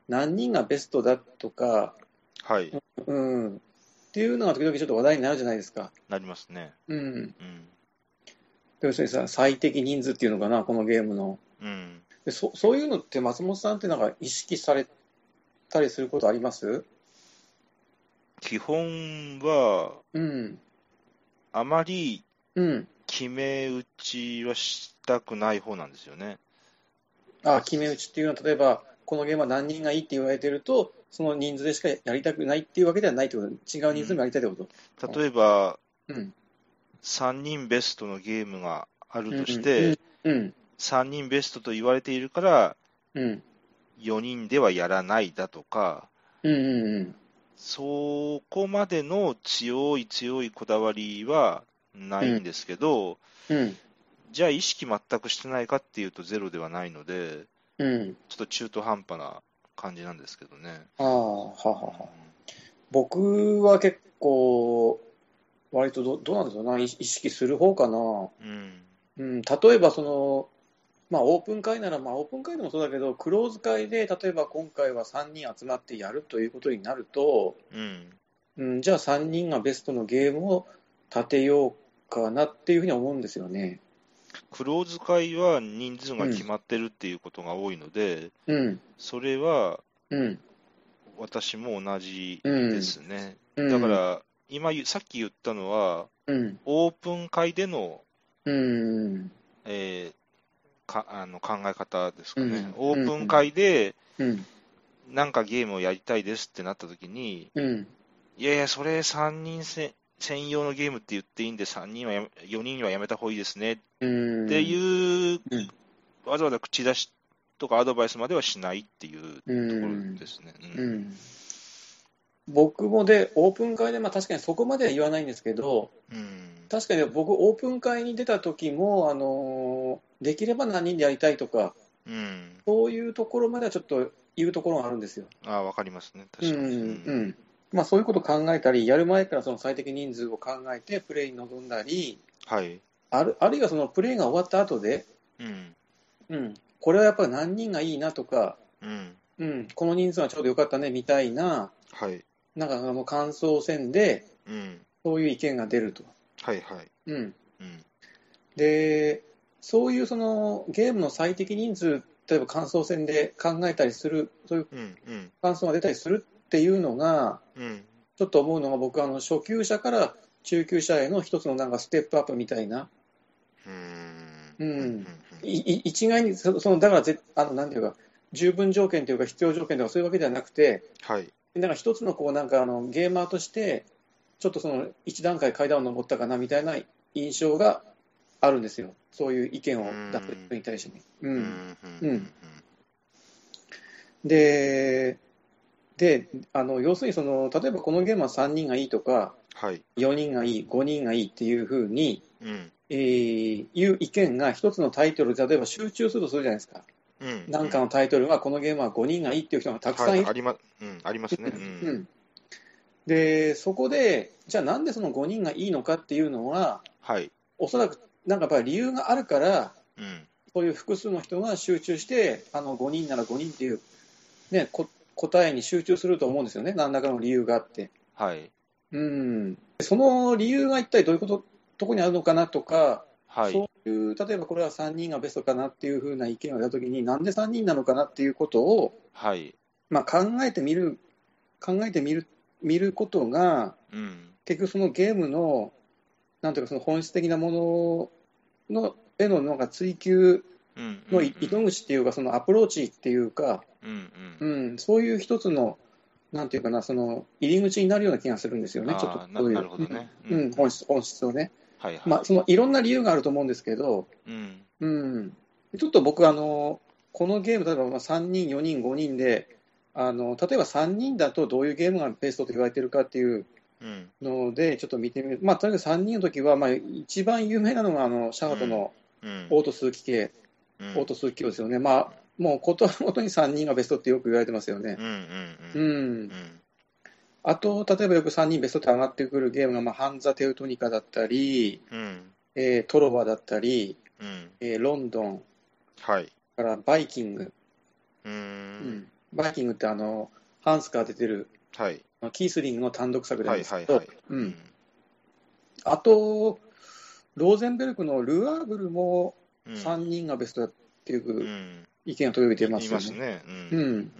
何人がベストだとか、 はい。 っていうのが時々ちょっと話題になるじゃないですか。 なりますね。 うん。 うん。 要するにさ、最適人数っていうのかな、このゲームの。 うん。 で、そういうのって松本さんってなんか意識されたりすることあります？ 基本は、 うん。 あまりうん。 決め打ちはしたくない方なんですよね。 あ、決め打ちっていうのは、例えば、このゲームは何人がいいって言われてると、その人数でしかやりたくないっていうわけではないってこと、違う人数でもうん。 やりたいってこと？ 例えば、 うん。 3人ベストのゲームがあるとしうん。うん。 て、 うん。 3人ベストと言われているから、 うん。 4人ではやらないだとか、 うん。うん。 そこまでの強い強いこだわりはなうん。 いんですけど、 うん。 じゃあ意識全くしてないかっていうとゼロではないので、 うん。 ちょっと中途半端な感じなんですけどね。 ああ、ははうん、 は。僕は結構、割とどうなんですかな、意識する方かな。 うん、 うん。例えば、まあ、オープン会なら、まあ、オープン会でもそうだけど、クローズ会で、例えば今回は3人集まってやるということになると、 うん。 じゃあ3人がベストのゲームを立てようかなっていうふうに思うんですよね。 クローズ会は人数うん、 が決まってるっていうことが多いので、 うん、 それはうん、 私も同じうでん、 すね。 うん、 だから、さっき言ったのは、 うん、 オープン会での、 うん、 えー考え方ですかね。 うん、 オープンうん、 会で、 うん、 なんかゲームをやりたいですってなった時に、 うん、 いやいや、それ3人専用のゲームって言っていいんで、3人は4人はやめた方がいいですねっていううん、 わざわざ口出しとかアドバイスまではしないっていううところん、 ですね。 うん。僕もオープン会で、まあ確かにそこまでは言わないんですけど、 うん。うん。 確かに僕、オープン会に出た時も、できれば何人でやりたいとか、 うん。 そういうところまではちょっと言うところがあるんですよ。 ああ、わかりますね。 う確かに。うん、うん。 ん。まあそういうことを考えたり、やる前からその最適人数を考えてプレイに臨んだり、 はい。 あるいはそのプレイが終わった後で、 うん。 これはやっぱり何人がいいなとか、 うん。 この人数はちょうどよかったねみたいな、 はい。 なんか感想戦で、 うん。 そういう意見が出ると。 はいはい。 うん。 うん。 で、そういうそのゲームの最適人数、例えば感想戦で考えたりする、そういううん。うん。 感想が出たりするっていうのが、 うん。 ちょっと思うのが僕は初級者から中級者への一つのなんかステップアップみたいな、 うん。うん。 うん、 うん。 一概にだからなんていうか、十分条件というか必要条件とかそういうわけではなくて、 はい。 なんか一つのこうなんかゲーマーとして、ちょっとその一段階階段を登ったかなみたいな印象があるんですよ。そういう意見うを出すん。 人に対してね。 うん。うん。 うん。で、要するに例えばこのゲームは3人がいいとか、 はい。 4人がいい、5人がいいっていうふうに、 うん。 いう意見が一つのタイトル、例えば集中するとするじゃないですか。 うん。うん。 なんかのタイトルは、このゲームは5人がいいっていう人がたくはい。 さんいる。 うん。ありますね。うん。 うん。で、そこで、じゃあなんでその5人がいいのかっていうのは、 はい。 おそらくなんかやっぱり理由があるから、 うん。 そういう複数の人が集中して、5人なら5人っていう、ね、答えに集中すると思うんですよね。何らかの理由があって。 はい。 うん。その理由が一体どういうとこにあるのかなとか、 はい。 そういう、例えばこれは3人がベストかなっていうふうな意見が出たときに、なんで3人なのかなっていうことを、 はい。 まあ、考えてみることが、 うん。 結局そのゲームの、なんていうか、その本質的なものの、へのなんか追求うん。うん。 の糸口っていうか、そのアプローチっていうか、 うん。うん。 そういう一つの、なんていうかな、その入り口になるような気がするんですよね、ちょっとああ、なそういう、 るほどね。うん。うん。 本質をね。まあ、 はいはい。 そのいろんな理由があると思うんですけど、 うん。 うん、ちょっと僕、このゲーム、例えばまあ3人、4人、5人で、例えば3人だとどういうゲームがベストと言われているかっていううん。 ので、ちょっと見てみる。まあ、とにかく3人の時は、まあ、一番有名なのが、シャうん。 ハトのうん。 オート数奇系、 うん。 オート数奇ですよね。まあ、もうことごとに3人がベストってよく言われてますよね。 うん。うん。 うん。 うん。 あと、例えばよく3人ベストって上がってくるゲームが、まあ、ハンザ・テウトニカだったり、 うん。 トロワだったり、 うん。 ロンドン、 はい。 からバイキング、 うーん。 バイキングってハンスから出てる、 はい。 キースリングの単独作なんはいですけど、 はいはい。 うん。あと、ローゼンベルクのルアーブルもうん。 3人がベストだっていううん。 意見が届いてまいすよね。 ますね。ううん。 ん。 うん。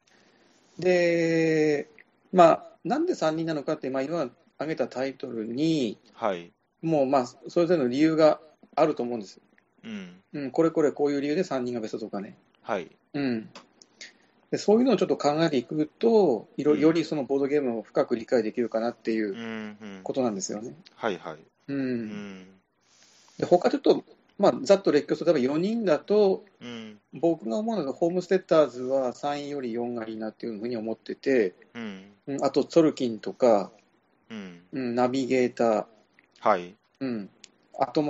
で、なんで3人なのかって、今挙げたタイトルに、 はい。 もうそれぞれの理由があると思うんです。 うん。 うん、これこれこういう理由で3人がベストとかね。 はい。 うん。で、そういうのをちょっと考えていくと、 うん。 よりそのボードゲームを深く理解できるかなっていううん。うん。 ことなんですよね。 はいはい。 ううん。 ん。 で、他ちょっと、ざっと列挙すると、例えば4人だと、 うん。 僕が思うのが、ホームステッターズは3より4がいいなっていうふうに思ってて、 うん。 あと、ツォルキンとか、 うん。 ナビゲーター、 はい。 あと、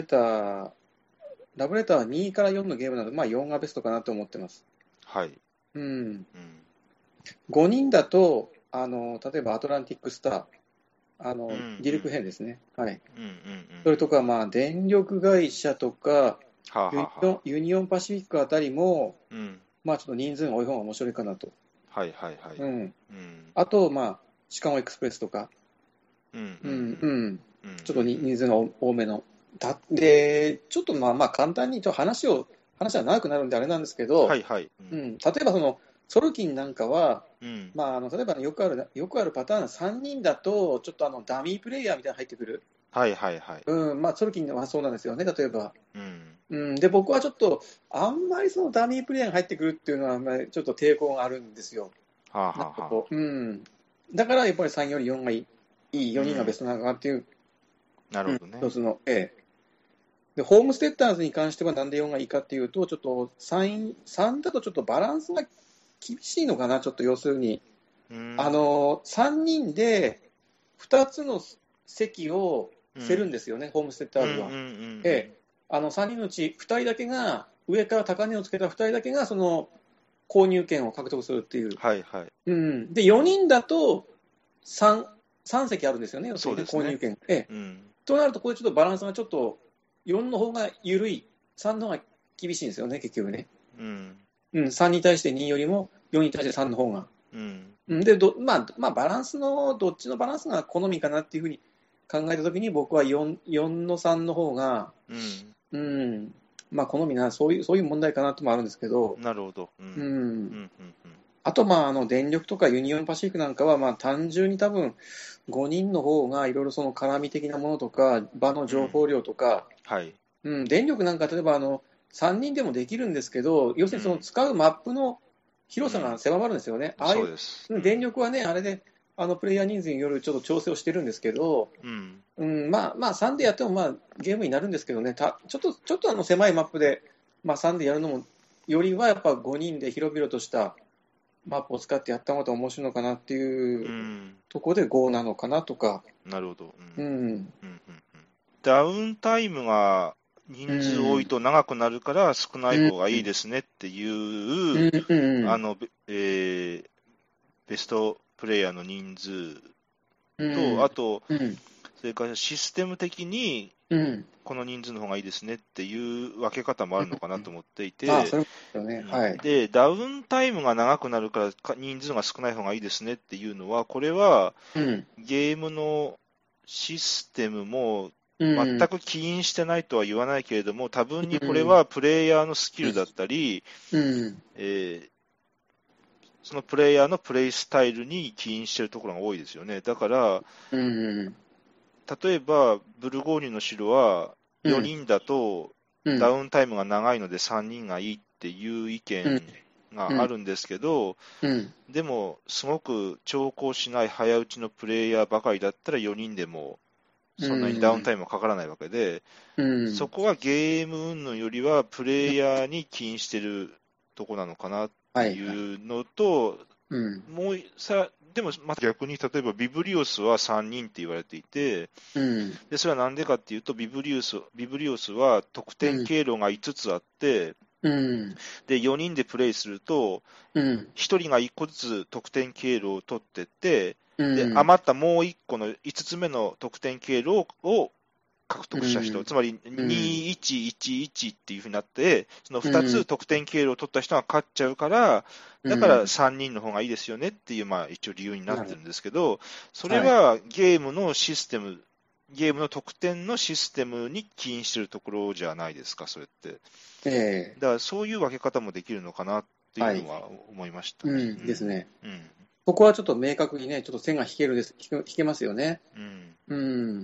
ラブレターは2から4のゲームなので、4がベストかなと思ってます。 はい。 うん。 うん。 5人だと、例えばアトランティックスター、 うん。 ディルク編ですね。はい。 うん。うん。うん。 それとか、電力会社とか、 はあ、はあはあ、 ユニオンパシフィックあたりも、 うん。 ちょっと人数が多い方が面白いかなと。 はいはいはい。 うん。 うん。 あと、シカゴエクスプレスとか、 うん。うん。 うん、 うん。うん。 ちょっと人数が多めの。で、ちょっと簡単に話は長くなるんであれなんですけど、 はいはい。うん。 例えばソルキンなんかは、 うん。 例えばよくあるパターン、3人だと、ちょっとダミープレイヤーみたいなの入ってくる。 はいはいはい。 ソルキンはそうなんですよね、例えば。 うん。 で、僕はちょっと、あんまりそのダミープレイヤーが入ってくるっていうのは、ちょっと抵抗があるんですよ。 はあなんはあはあ。 かだからやっぱり3より4がいい、4人がベうん。 ストなのかなっていう、 なるほどね。 一つの、で、ホームステッターズに関してはなんで4がいいかっていうと、ちょっと3だとちょっとバランスが厳しいのかな、ちょっと要するに。 うん。 3人で2つの席をうん。 競るんですよね、ホームステッタうん。うん。 ーズは。 うん。 3人のうち2人だけが、上から高値をつけた2人だけが、その購入権を獲得するっていう。 はいはい。 で、4人だと3席あるんですよね、要するにね、 そうですね。 購入権。 うん。 となると、これちょっとバランスがちょっと、4の方が緩い、3の方が厳しいんですよね、結局ね。 うん。 3に対して2よりも、4に対して3の方が。 うん。 で、バランスの、どっちのバランスが好みかなっていうふうに考えたときに、僕は4の3の方が、 うん。 好みな、そういう問題かなともあるんですけど、 なるほど。うん。 ううん。うん。 ん。 あと、電力とかユニオンパシフィックなんかは、単純に多分、5人の方がいろいろその絡み的なものとか、場のうん。 情報量とか、 はい。 電力なんか例えば3人でもできるんですけど、要するにそのうん。 使うマップの広さがうん。 狭まるんですよね。ああいうそうです。うん。 電力はね、あれでプレイヤー人数によるちょっと調整をしてるんですけど、 うん。 3でやってもゲームになるんですけどね、ちょっと狭いマップで、3でやるのもよりはやっぱ5人で広々としたマップを使ってやった方が面白いのかなっていううん。 ところで5なのかなとか、 なるほど。うん。 うん、 うん。うん。ダウンタイムがう人数多いん、 と長くなるから少ないうん、 方がいいですねっていう、 うん、うん、 ベストプレイヤーの人数と、 うん、 あと、 うん、 それからシステム的にうん、 この人数の方がいいですねっていう分け方もあるのかなと思っていそて、 れもですよね。はい。 で、ダウンタイムが長くなるから人数が少ない方がいいですねっていうのは、これはうん、 ゲームのシステムもうん、 全く起因してないとは言わないけれども、多分にこれうん、 はプレイヤーのスキルだったり、 うん、 そのプレイヤーのプレイスタイルに起因しているところが多いですよね。だから、 うん、 例えば、ブルゴーニュの城はうん、 4人だとうん、 ダウンタイムが長いので3人がいいっていう意うん、 見があるんですけど、 うん、 でも、すごく長考しない早打ちのプレイヤーばかりだったら4人でもそんなにダウンタイムはかからないわけで、 うん、 そこはゲーム云々よりはプレイヤーに起因してるとこなのかなってはい、はい。 いうのと、 うん、 でもまた逆に例えばビブリオスは3人って言われていて、 うん、 でそれはなんでかっていうと、ビブリオスは得点うん、 経路が5つあって、 うん、 で4人でプレイすると、 うん、 1人が1個ずつ得点経路を取ってって、 うでん、 余ったもう1個の5つ目の得点経路を獲得した人、つまりうん 2111っていうふうになって、その2 うんつ得点経路を取った人が勝っちゃうから、だから3人の方がいいですよねっていう、まあ一応理由になってるんですけど、それはゲームのシステム、ゲームの得点のシステムに起因してるところじゃないですか、それって。だからそういう分け方もできるのかなっていうのは思いましたね。 ですね。 うん。 ここはちょっと明確にね、ちょっと線が引けますよね。 うん。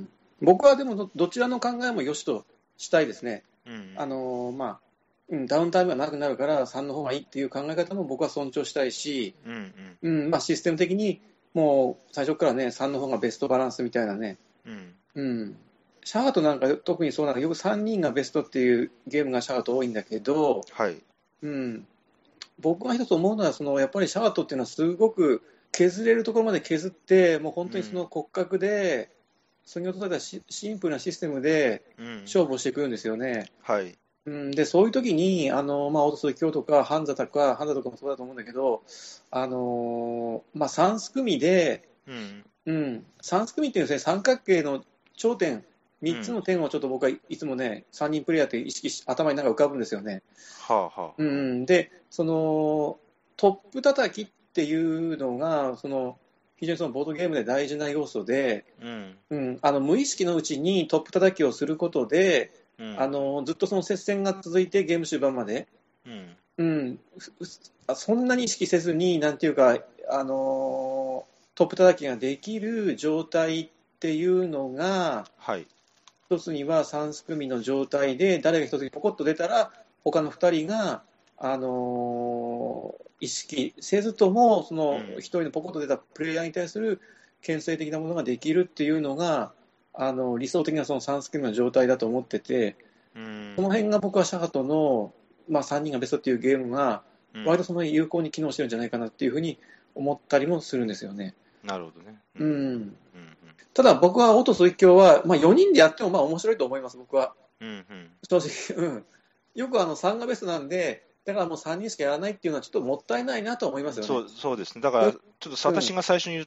僕はでもどちらの考えも良しとしたいですね。 うん。 まあ、ダウンタイムがなくなるから3の方がいいっていう考え方も僕は尊重したいし、まあシステム的にもう最初からね、3の方がベストバランスみたいなね。シャートなんか特にそうなんかよく3人がベストっていうゲームがシャート多いんだけど、 はい。 僕が一つ思うのはやっぱりシャートっていうのはすごく削れるところまで削って、もう本当にその骨格で、それに基づいたシンプルなシステムで勝負をしてくるんですよね。 はい。 で、そういう時に、まあ、オートス京とか、ハンザとかもそうだと思うんだけど、まあ、3すくみで、3すくみっていうですね、三角形の頂点、3つの点をちょっと僕はいつもね、3人プレイヤーって意識し、頭になんか浮かぶんですよね。で、トップ叩きっていうのが、非常にそのボードゲームで大事な要素で、無意識のうちにトップ叩きをすることで、ずっとその接戦が続いてゲーム終盤まで、そんなに意識せずに、なんていうか、トップ叩きができる状態っていうのが、一つには3すくみの状態で、誰が一つにポコッと出たら、他の2人が、意識せずとも、その一人のポコッと出たプレイヤーに対する牽制的なものができるっていうのが、理想的なその3すくみの状態だと思ってて、その辺が僕はシャハトの、まあ、3人がベストっていうゲームが、割とその有効に機能してるんじゃないかなっていうふうに思ったりもするんですよね。 なるほどね。 ただ僕はオート水鏡は、まあ、4人でやってもまあ面白いと思います、僕は。正直、よく3がベストなんで、だからもう3人しかやらないっていうのはちょっともったいないなと思いますよね。 そうですね。だから、ちょっと私が最初に言った、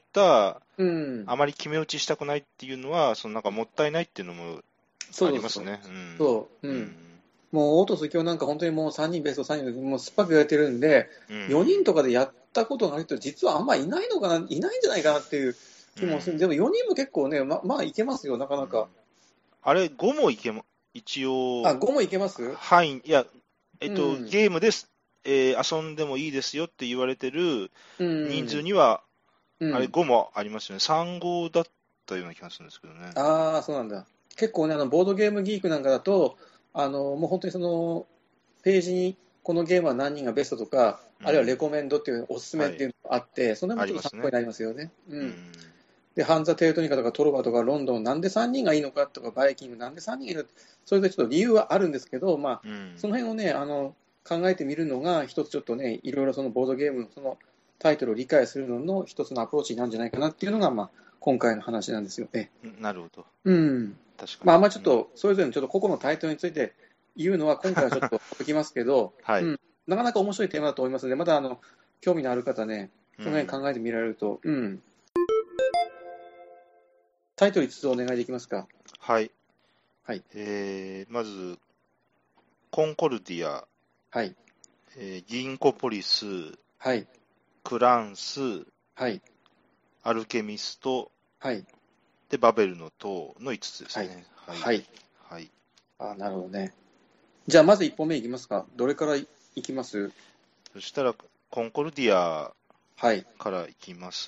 あまり決め打ちしたくないっていうのは、なんかもったいないっていうのもありますね。 もうオート水鏡なんか本当にもう3人ベスト、3人もう酸っぱく言われてるんで、4人とかでやったことがある人実はあんまりいないのかな、いないんじゃないかなっていう気もする。でも4人も結構ね、まあいけますよ、なかなか。 あれ、5もいけま、一応。 5もいけます？ はい、いや、ゲームです、遊んでもいいですよって言われてる人数には、あれ5もありますよね。3号だったような気がするんですけどね。 そうなんだ。結構ね、ボードゲームギークなんかだと、もう本当にその、ページにこのゲームは何人がベストとか、あるいはレコメンドっていうおすすめっていうのがあって、その辺もちょっと参考になりますよね。で、ハンザ・テートニカとかトロバとかロンドン、なんで3人がいいのかとか、バイキング、なんで3人がいいのか、それでちょっと理由はあるんですけど、まあ、その辺をね、考えてみるのが、一つちょっとね、いろいろそのボードゲームのそのタイトルを理解するのの一つのアプローチなんじゃないかなっていうのが、まあ、今回の話なんですよね。 なるほど。 確かに。まあ、あんまりちょっと、それぞれのちょっと個々のタイトルについて言うのは、今回はちょっと解きますけど、なかなか面白いテーマだと思いますので、まだ興味のある方ね、その辺考えてみられると、タイトル5つお願いできますか。 はい。まず、コンコルディア、銀コポリス、クランス、アルケミスト、で、バベルの塔の5つですね。 なるほどね。じゃあ、まず1本目いきますか。どれからいきます？ そしたら、コンコルディアからいきます。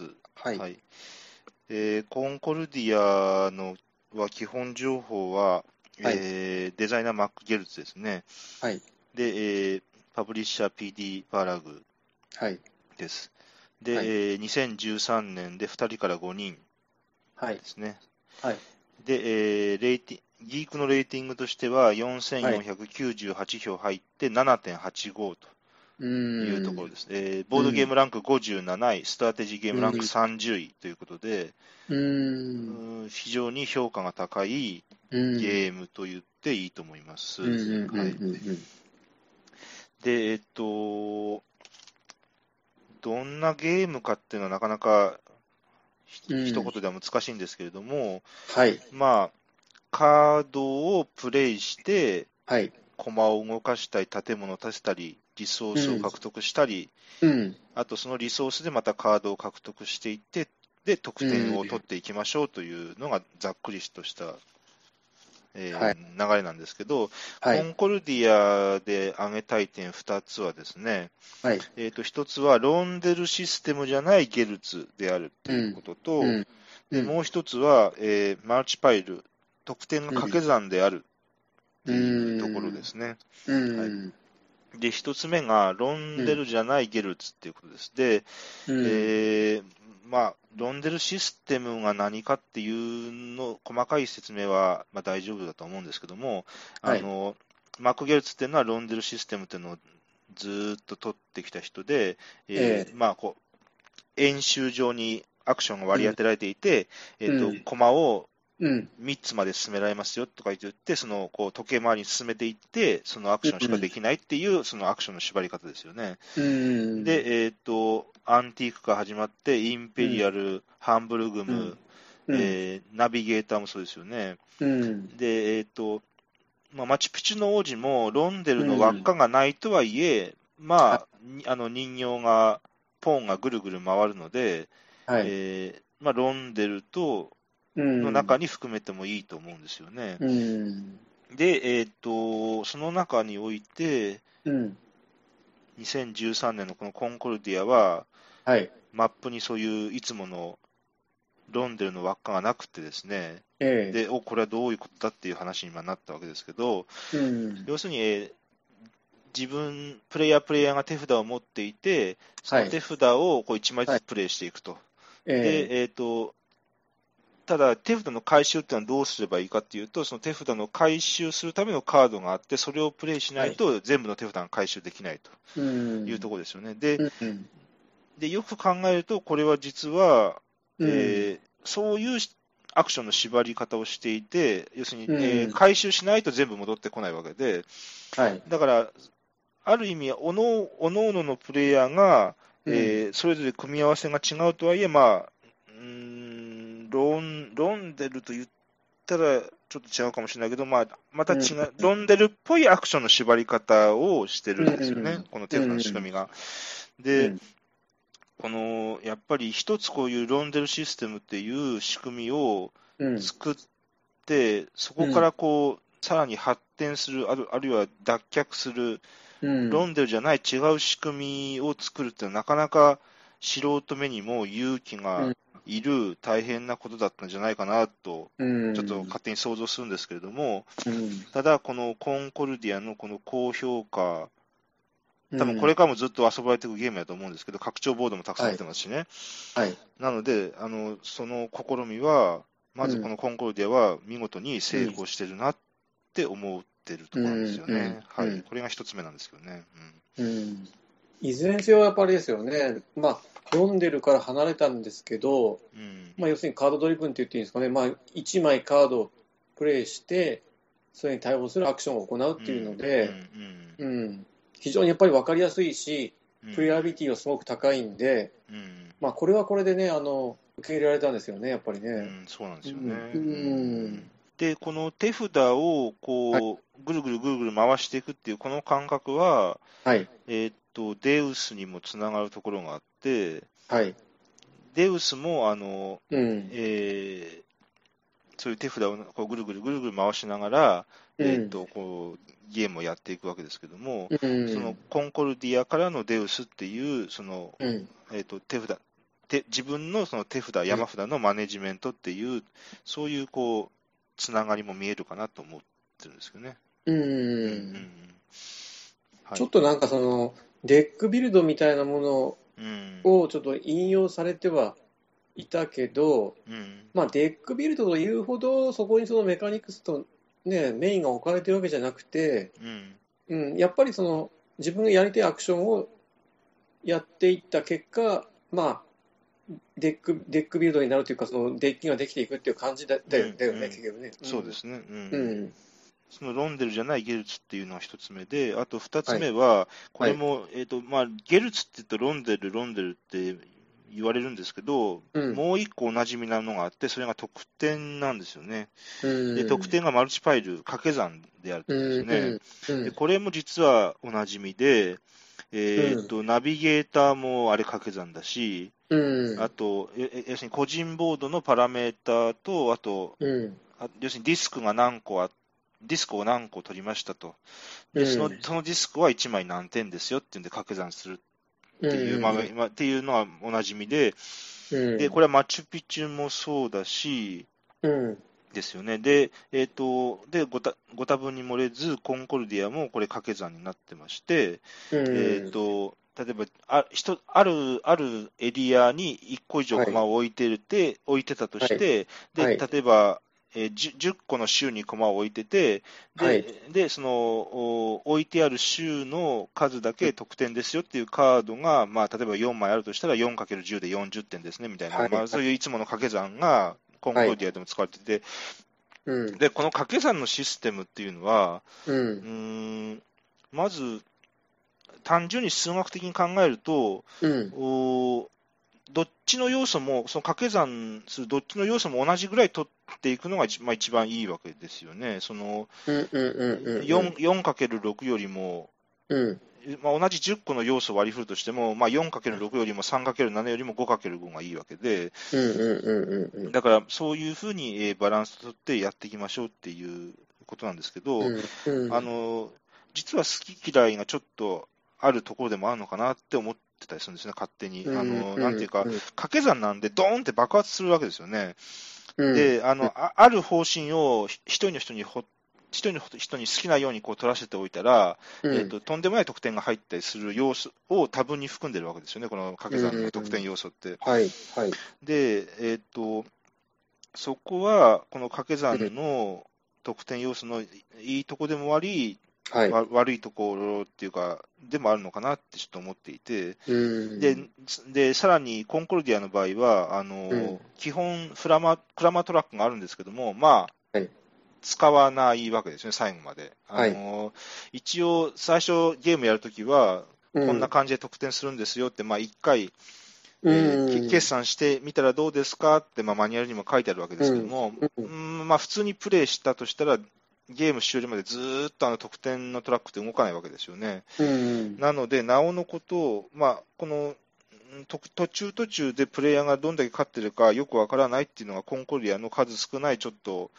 コンコルディアの基本情報は、デザイナーマック・ゲルツですね。で、パブリッシャー PD バーラグです。で、2013年で2人から5人ですね。で、ギークのレーティングとしては4498票入って 7.85 というところです。ボードゲームランク57位、ストラテジーゲームランク30位ということで、非常に評価が高いゲームと言っていいと思います。で、どんなゲームかっていうのはなかなか一言では難しいんですけれども、まあ、 カードをプレイして、 はい。 駒を動かしたり、建物を建てたり、リソースを獲得したり、あとそのリソースでまたカードを獲得していって、で、得点を取っていきましょうというのがざっくりとした、流れなんですけど、コンコルディアで挙げたい点2つはですね、1つはロンデルシステムじゃないゲルツであるということと、でもう1つは、マルチパイル、得点が掛け算であるっていうところですね。で、1つ目がロンデルじゃないゲルツっていうことです。で、ロンデルシステムが何かっていうの、細かい説明は大丈夫だと思うんですけども、マーク・ゲルツっていうのはロンデルシステムっていうのをずっと取ってきた人で、演習上にアクションが割り当てられていて、コマを3つまで進められますよとか言って、その時計回りに進めていって、そのアクションしかできないっていう、そのアクションの縛り方ですよね。で、アンティークから始まって、インペリアル、ハンブルグム、ナビゲーターもそうですよね。で、マチュピチュの王子もロンデルの輪っかがないとはいえ、人形が、ポーンがぐるぐる回るので、ロンデルと、の中に含めてもいいと思うんですよね。で、その中において、2013年のこのコンコルディアは、マップにそういういつものロンデルの輪っかがなくてですね、で、これはどういうことだっていう話に今なったわけですけど、要するに、プレイヤーが手札を持っていて、その手札を1枚ずつプレイしていくと。で、ただ、手札の回収っていうのはどうすればいいかっていうと、その手札の回収するためのカードがあって、それをプレイしないと全部の手札が回収できないというところですよね。で、よく考えると、これは実は、そういうアクションの縛り方をしていて、要するに、回収しないと全部戻ってこないわけで、だから、ある意味、おのおのプレイヤーが、それぞれ組み合わせが違うとはいえ、ロンデルと言ったらちょっと違うかもしれないけど、また違う、ロンデルっぽいアクションの縛り方をしてるんですよね、この手札の仕組みが。で、やっぱり一つこういうロンデルシステムっていう仕組みを作って、そこからさらに発展する、あるいは脱却する、ロンデルじゃない違う仕組みを作るってのはなかなか素人目にも勇気がいる大変なことだったんじゃないかなと、ちょっと勝手に想像するんですけれども、ただこのコンコルディアのこの高評価、多分これからもずっと遊ばれていくゲームだと思うんですけど、拡張ボードもたくさん出てますしね。なので、その試みは、まずこのコンコルディアは見事に成功してるなって思ってるところなんですよね。これが一つ目なんですけどね。 いずれにせよやっぱりですよね。ロンデルから離れたんですけど、要するにカードドリブンって言っていいんですかね。1枚カードをプレイして、それに対応するアクションを行うっていうので、非常にやっぱり分かりやすいし、プレイアビリティはすごく高いんで、これはこれでね、受け入れられたんですよね、やっぱりね。 そうなんですよね。で、この手札をぐるぐる回していくっていうこの感覚は、デウスにもつながるところがあって、デウスもそういう手札をぐるぐる回しながら、ゲームをやっていくわけですけども、そのコンコルディアからのデウスっていう、その、手札、自分のその手札、山札のマネジメントっていう、そういうつながりも見えるかなと思ってるんですけどね。 ちょっとなんかその、デックビルドみたいなものをちょっと引用されてはいたけど、デックビルドというほどそこにそのメカニクスと、ね、メインが置かれてるわけじゃなくて、やっぱりその自分がやりたいアクションをやっていった結果、デックビルドになるというか、そのデッキができていくっていう感じだよね、結局ね。 そうですね。そのロンデルじゃないゲルツっていうのが一つ目で、あと二つ目は、これも、ゲルツって言うとロンデルって言われるんですけど、もう一個おなじみなのがあって、それが得点なんですよね。で、得点がマルチパイル、掛け算であるとですね。で、これも実はおなじみで、ナビゲーターもあれ掛け算だし、あと、要するに個人ボードのパラメーターと、あと、要するにディスクを何個取りましたと。で、そのディスクは1枚何点ですよっていうんで掛け算するっていう、っていうのはおなじみで、で、これはマチュピチュもそうだし、ですよね。で、ご多分に漏れず、コンコルディアもこれ掛け算になってまして、例えばあるエリアに1個以上駒を置いてたとして、で、例えば、10個の州に駒を置いてて、で、その、置いてある州の数だけ得点ですよっていうカードが、まあ、例えば4枚あるとしたら 4×10 で40点ですね、みたいな、まあ、そういういつもの掛け算が、コンコルディアでも使われてて、で、この掛け算のシステムっていうのは、まず、単純に数学的に考えると、どっちの要素も、その掛け算するどっちの要素も同じぐらい取っていくのが一番いいわけですよね。その 4×6 よりも、まあ、同じ10個の要素を割り振るとしても、まあ、4×6 よりも 3×7 よりも 5×5 がいいわけで、だからそういうふうにバランスを取ってやっていきましょうっていうことなんですけど、実は好き嫌いがちょっとあるところでもあるのかなって思ってたりするんですね、勝手に。なんていうか、掛け算なんでドーンって爆発するわけですよね。で、ある方針を一人の人に好きなようにこう取らせておいたら、とんでもない得点が入ったりする要素を多分に含んでるわけですよね、この掛け算の得点要素って。で、そこは、この掛け算の得点要素のいいとこでもあり、悪いところっていうか、でもあるのかなってちょっと思っていて、で、さらにコンコルディアの場合は、基本クラマトラックがあるんですけども、まあ、使わないわけですね、最後まで。一応、最初ゲームやるときは、こんな感じで得点するんですよって、まあ、一回、決算してみたらどうですかって、まあ、マニュアルにも書いてあるわけですけども、まあ、普通にプレイしたとしたら、ゲーム終了までずーっと得点のトラックって動かないわけですよね。なので、なおのことを、まあ、この途中でプレイヤーがどんだけ勝ってるかよくわからないっていうのが、コンコルディアの数少ないちょっと、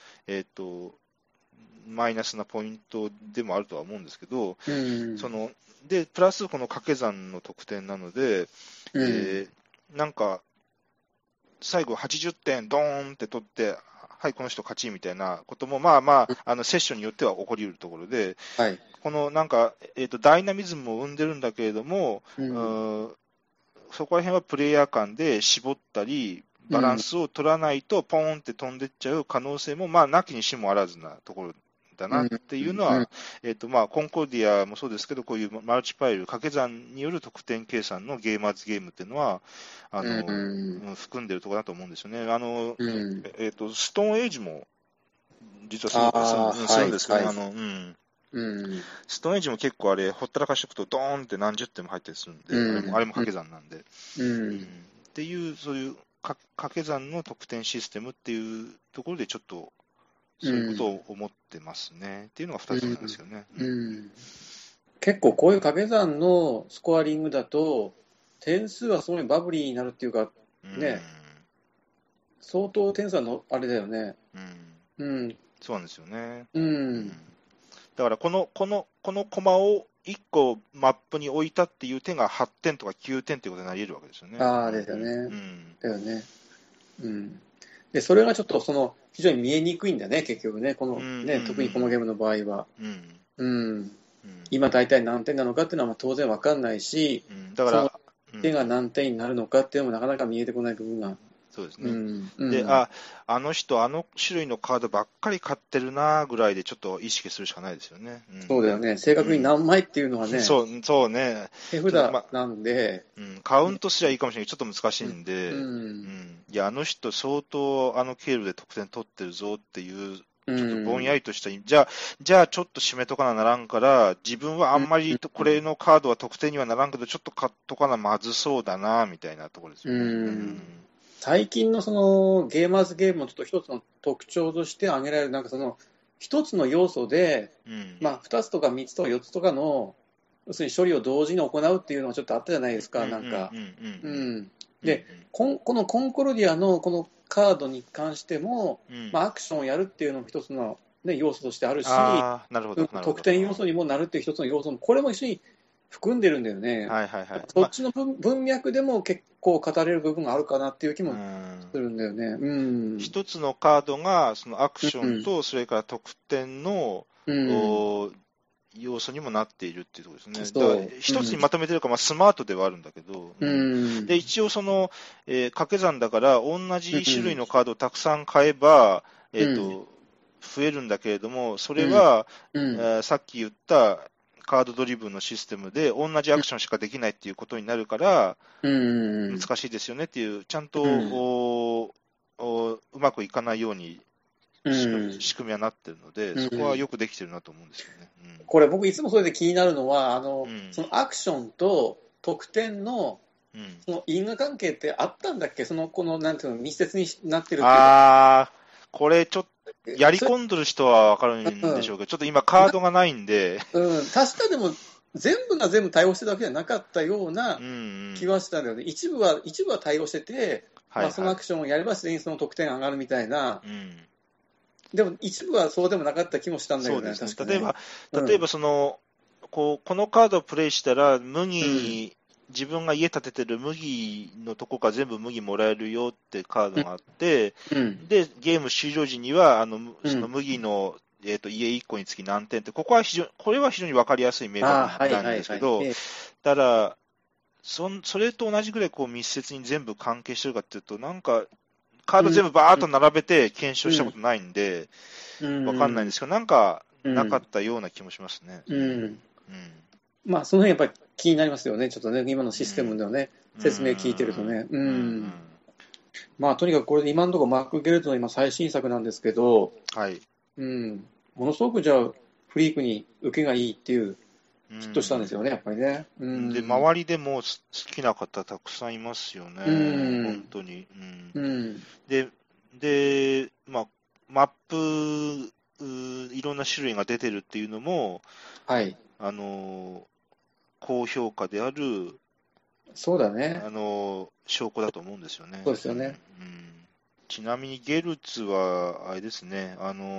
マイナスなポイントでもあるとは思うんですけど、で、プラスこの掛け算の得点なので、なんか、最後80点ドーンって取って、はい、この人勝ちみたいなことも、まあまあ、セッションによっては起こり得るところで、このなんか、ダイナミズムを生んでるんだけれども、そこら辺はプレイヤー間で絞ったり、バランスを取らないと、ポーンって飛んでっちゃう可能性も、まあ、なきにしもあらずなところだなっていうのは、まあ、コンコルディアもそうですけど、こういうマルチパイル、掛け算による得点計算のゲーマーズゲームっていうのは、含んでるところだと思うんですよね。ストーンエイジも、実はするんですけど、ストーンエイジも結構あれ、ほったらかしておくと、ドーンって何十点も入ったりするんで、あれも掛け算なんで。っていう、そういう掛け算の得点システムっていうところで、ちょっと、そういうことを思ってますね。っていうのが2つなんですよね。 結構こういう掛け算のスコアリングだと、点数はすごいバブリーになるっていうか、ね、相当点数はのあれだよね。 そうなんですよね。だからこのコマを1個マップに置いたっていう点が8点とか9点ということになり得るわけですよね。 ですよね。だよね。で、それがちょっと非常に見えにくいんだね、結局ね。特にこのゲームの場合は。今大体何点なのかっていうのは当然わかんないし、だから、点が何点になるのかっていうのもなかなか見えてこない部分が。 そうですね。で、あの人、あの種類のカードばっかり買ってるなぐらいでちょっと意識するしかないですよね。 そうだよね。正確に何枚っていうのはね。 そうね。 手札なんで、 カウントすりゃいいかもしれないけど、ちょっと難しいんで、いや、あの人相当あの経路で得点取ってるぞっていうちょっとぼんやりとした意味、じゃあちょっと締めとかなならんから、自分はあんまりこれのカードは得点にはならんけど、ちょっと買っとかなまずそうだな、みたいなところですよね。 最近のそのゲーマーズゲームのちょっと一つの特徴として挙げられる、なんかその一つの要素で、まあ2つとか3つとか4つとかの、要するに処理を同時に行うっていうのがちょっとあったじゃないですか、なんか。で、このコンコルディアのこのカードに関しても、まあ、アクションをやるっていうのも一つの、ね、要素としてあるし、得点要素にもなるっていう一つの要素も、これも一緒に含んでるんだよね。そっちの文脈でも結構語れる部分があるかなっていう気もするんだよね。 一つのカードがそのアクションとそれから得点の、要素にもなっているっていうところですね。だから一つにまとめてるから、まあ、スマートではあるんだけど、で一応その、掛け算だから同じ種類のカードをたくさん買えば、増えるんだけれども、それは、さっき言ったカードドリブンのシステムで同じアクションしかできないっていうことになるから、難しいですよねっていう、ちゃんと、うまくいかないように仕組みはなってるので、そこはよくできてるなと思うんですよね。 これ僕いつもそれで気になるのは、そのアクションと得点のその因果関係ってあったんだっけ、このなんていうの密接になってるっていうか。 これちょっとやり込んでる人は分かるんでしょうけど、ちょっと今カードがないんで。 確かでも全部が全部対応してたわけじゃなかったような気はしたんだよね。一部は対応してて、まあ、そのアクションをやれば自然にその得点上がるみたいな。でも一部はそうでもなかった気もしたんだけどね。 確かにね。例えばその、このカードをプレイしたら自分が家建ててる麦のとこから全部麦もらえるよってカードがあって、でゲーム終了時にはその麦の、家1個につき何点って、これは非常に分かりやすい明確なんですけど、ただそれと同じぐらい密接に全部関係してるかっていうと、なんかカード全部バーっと並べて検証したことないんで、分かんないんですけど、なんかなかったような気もしますね。 まあ、その辺やっぱり気になりますよね、ちょっとね、今のシステムのね、説明聞いてるとね。まあ、とにかくこれで今のところマック・ゲルトの今最新作なんですけど、ものすごくじゃあ、フリークに受けがいいっていう、ヒットしたんですよね、やっぱりね。 で、周りでも好きな方たくさんいますよね、本当に。で、まあ、マップ、いろんな種類が出てるっていうのも、高評価である、 そうだね。 証拠だと思うんですよね。 そうですよね。 ちなみにゲルツは、あれですね、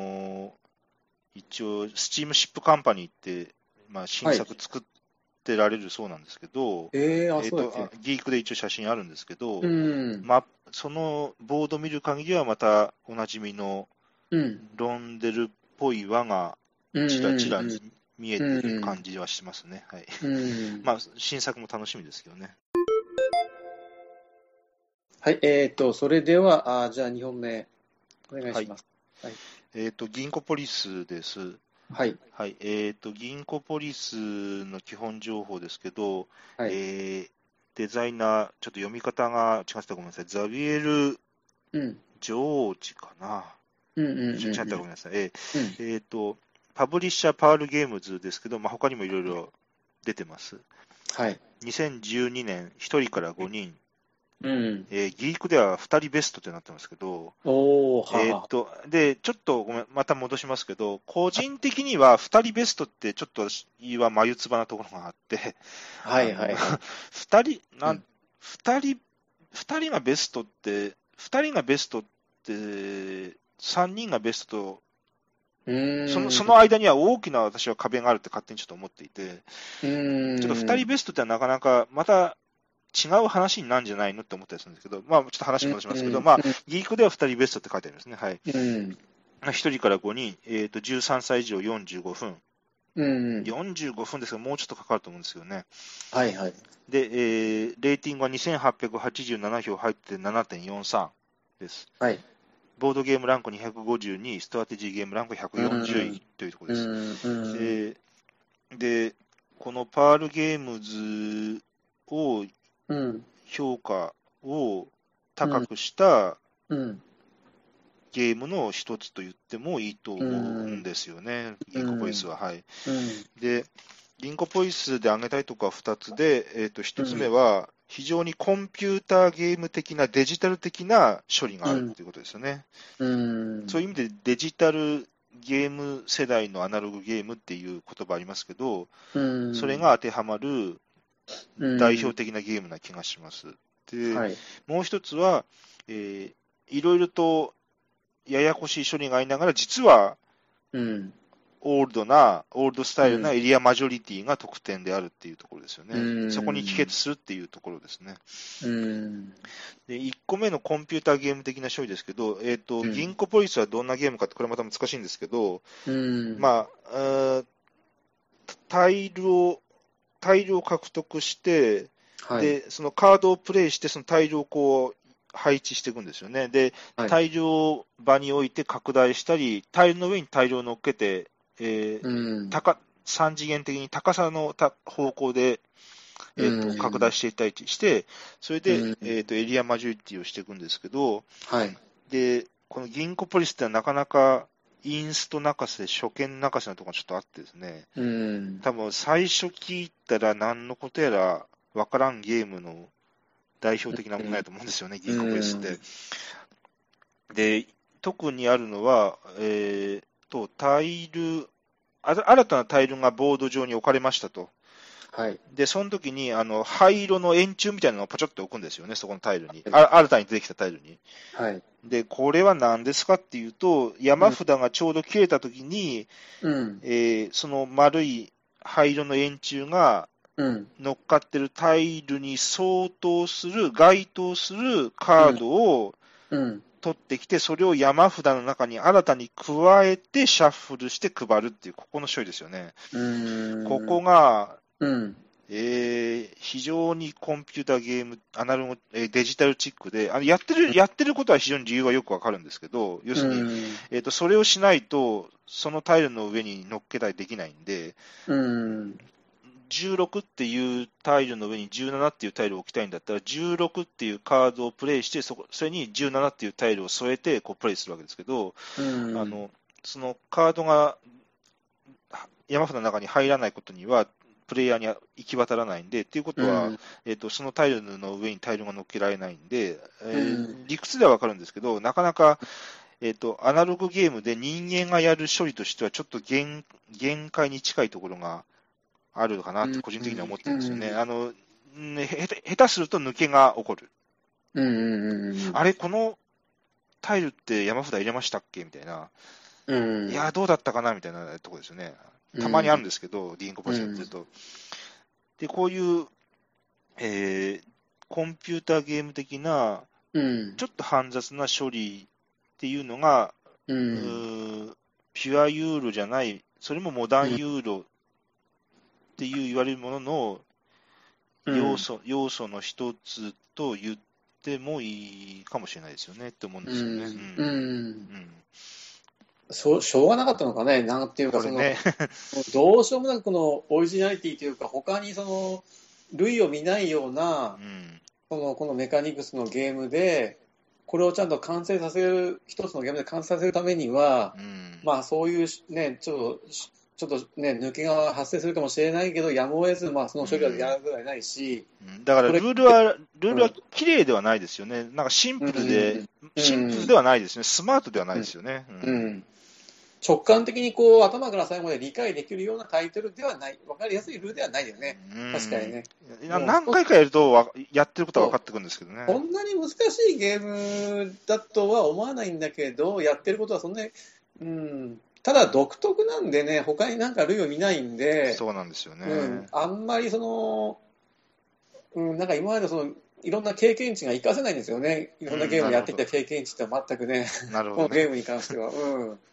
一応、スチームシップカンパニーって、まあ、新作作ってられるそうなんですけど、ギークで一応写真あるんですけど、そのボード見る限りはまたおなじみのロンデルっぽい輪がちらちら見えてる感じはしますね。まあ、新作も楽しみですけどね。 はい、それでは、じゃあ2本目、お願いします。 銀行ポリスです。銀行ポリスの基本情報ですけど、デザイナー、ちょっと読み方が違ってたごめんなさい。ザビエル・ジョージかな。違ったごめんなさい。パブリッシャー・パール・ゲームズですけど、まあ、他にもいろいろ出てます。2012年、1人から5人。ギークでは2人ベストってなってますけど、で、ちょっとごめん、また戻しますけど、個人的には2人ベストってちょっとは眉唾なところがあって、2人がベストって、3人がベストと、その間には大きな私は壁があるって勝手にちょっと思っていて、ちょっと2人ベストってなかなかまた違う話になるんじゃないのって思ったりするんですけど、まあ、ちょっと話戻しますけど、まあ、ギークでは2人ベストって書いてありますね。1人から5人、13歳以上45分。45分ですが、もうちょっとかかると思うんですけどね。で、レーティングは2887票入って 7.43 です。ボードゲームランク252、ストラテジーゲームランク140位というところです。で、このパールゲームズを評価を高くしたゲームの一つと言ってもいいと思うんですよね、銀行ポリスは。はい。で、銀行ポリスで挙げたいところは2つで、1つ目は、非常にコンピューターゲーム的な、デジタル的な処理があるということですよね。そういう意味でデジタルゲーム世代のアナログゲームっていう言葉ありますけど、それが当てはまる代表的なゲームな気がします。で、もう一つは、いろいろとややこしい処理がありながら、実は、オールドスタイルなエリアマジョリティが得点であるっていうところですよね。そこに帰結するっていうところですね。で、1個目のコンピューターゲーム的な処理ですけど、銀行ポリスはどんなゲームかって、これまた難しいんですけど、まあ、タイルを獲得して、で、そのカードをプレイして、そのタイルをこう、配置していくんですよね。で、タイルを場に置いて拡大したり、タイルの上にタイルを乗っけて、3次元的に高さの方向で、拡大していったりして、それで、エリアマジョリティをしていくんですけど、で、この銀行ポリスってなかなかインスト泣かせ、初見泣かせなところがちょっとあってですね、多分最初聞いたら何のことやら分からんゲームの代表的なものだと思うんですよね、銀行ポリスって。で、特にあるのは、タイル、新たなタイルがボード上に置かれましたと。で、その時に、灰色の円柱みたいなのをポチョって置くんですよね、そこのタイルに。新たに出てきたタイルに。で、これは何ですかっていうと、山札がちょうど切れた時に、その丸い灰色の円柱が乗っかってるタイルに相当する、該当するカードを取ってきて、それを山札の中に新たに加えてシャッフルして配るっていう、ここの処理ですよね。ここが、非常にコンピューターゲーム、アナログ、デジタルチックで、やってることは非常に理由はよくわかるんですけど、要するに、それをしないと、そのタイルの上に乗っけたりできないんで、16っていうタイルの上に17っていうタイルを置きたいんだったら、16っていうカードをプレイして、それに17っていうタイルを添えてこうプレイするわけですけど、そのカードが山札の中に入らないことには、プレイヤーに行き渡らないんで、っていうことは、そのタイルの上にタイルが乗っけられないんで、理屈ではわかるんですけど、なかなか、アナログゲームで人間がやる処理としては、ちょっと限界に近いところがあるかなって個人的には思ってるんですよね。下手すると抜けが起こる。あれ、このタイルって山札入れましたっけみたいな。いや、どうだったかなみたいなところですよね。たまにあるんですけど、銀行ポリスやってると。で、こういう、コンピューターゲーム的な、ちょっと煩雑な処理っていうのが、ピュアユーロじゃない、それもモダンユーロっていう言われるものの要素の一つと言ってもいいかもしれないですよねって思うんですよね。 しょうがなかったのかね、なんていうか、どうしようもなくこのオリジナリティというか、他にその類を見ないような、このメカニクスのゲームで、これをちゃんと完成させる、一つのゲームで完成させるためには、まあそういうね、ちょっとね、抜けが発生するかもしれないけど、やむを得ず、まあその処理はやらずはないし、 だからルールは綺麗ではないですよね。なんかシンプルではないですね。スマートではないですよね。 直感的にこう頭から最後まで理解できるようなタイトルではない、分かりやすいルールではないよね。確かにね。 何回かやるとやってることは分かってくるんですけどね。 こんなに難しいゲームだとは思わないんだけど、やってることはそんなに、ただ独特なんでね、他になんか類を見ないんで、 そうなんですよね。 あんまりなんか今までいろんな経験値が活かせないんですよね。いろんなゲームをやってきた経験値って全くね、 なるほど、 このゲームに関しては。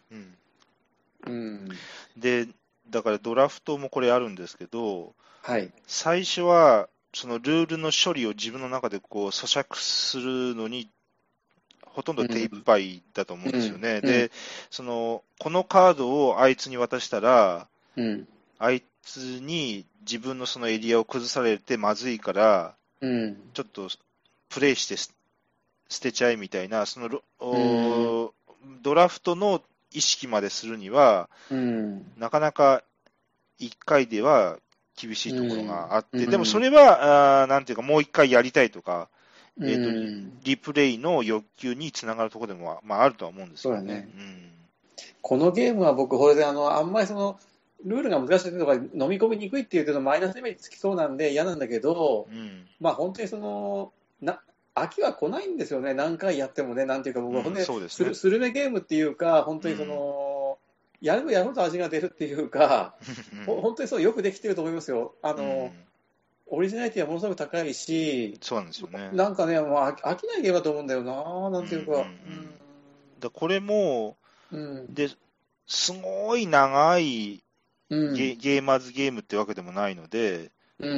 で、だからドラフトもこれあるんですけど、最初はそのルールの処理を自分の中でこう咀嚼するのにほとんど手一杯だと思うんですよね。で、このカードをあいつに渡したら、あいつに自分のそのエリアを崩されてまずいから、ちょっとプレイして捨てちゃえみたいな、 ドラフトの意識までするには、なかなか1回では厳しいところがあって、でもそれは、なんていうか、もう1回やりたいとか、リプレイの欲求につながるところでも、あるとは思うんですよね。 このゲームは僕、これであんまりルールが難しいとか、飲み込みにくいっていうとマイナスイメージつきそうなんで嫌なんだけど、本当に飽きは来ないんですよね、何回やってもね、なんていうか、僕は本当にスルメゲームっていうか、本当にやるやると味が出るっていうか、本当によくできてると思いますよ。オリジナリティはものすごく高いし、 そうなんですよね。 なんかね、もう飽きないゲームだと思うんだよな、なんていうか。 これも、すごい長いゲーマーズゲームってわけでもないので、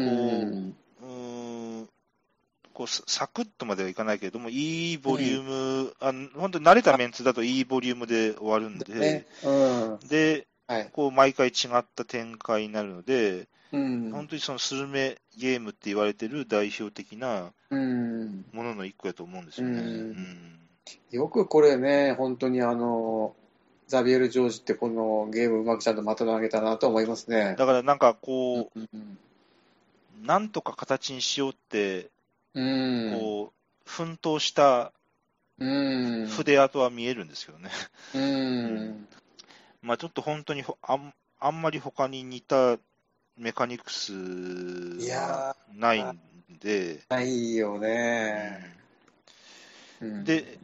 サクッとまではいかないけれども、いいボリューム、本当に慣れたメンツだといいボリュームで終わるんで、で、毎回違った展開になるので、本当にスルメゲームって言われてる代表的なものの一個やと思うんですよね。 よくこれね、本当にザビエル・ジョージってこのゲームうまくちゃんとまとめ上げたなと思いますね。 だからなんかなんとか形にしようって、奮闘した筆跡は見えるんですけどね。ちょっと本当にあんまり他に似たメカニクスはないんで。 ないよね。 で、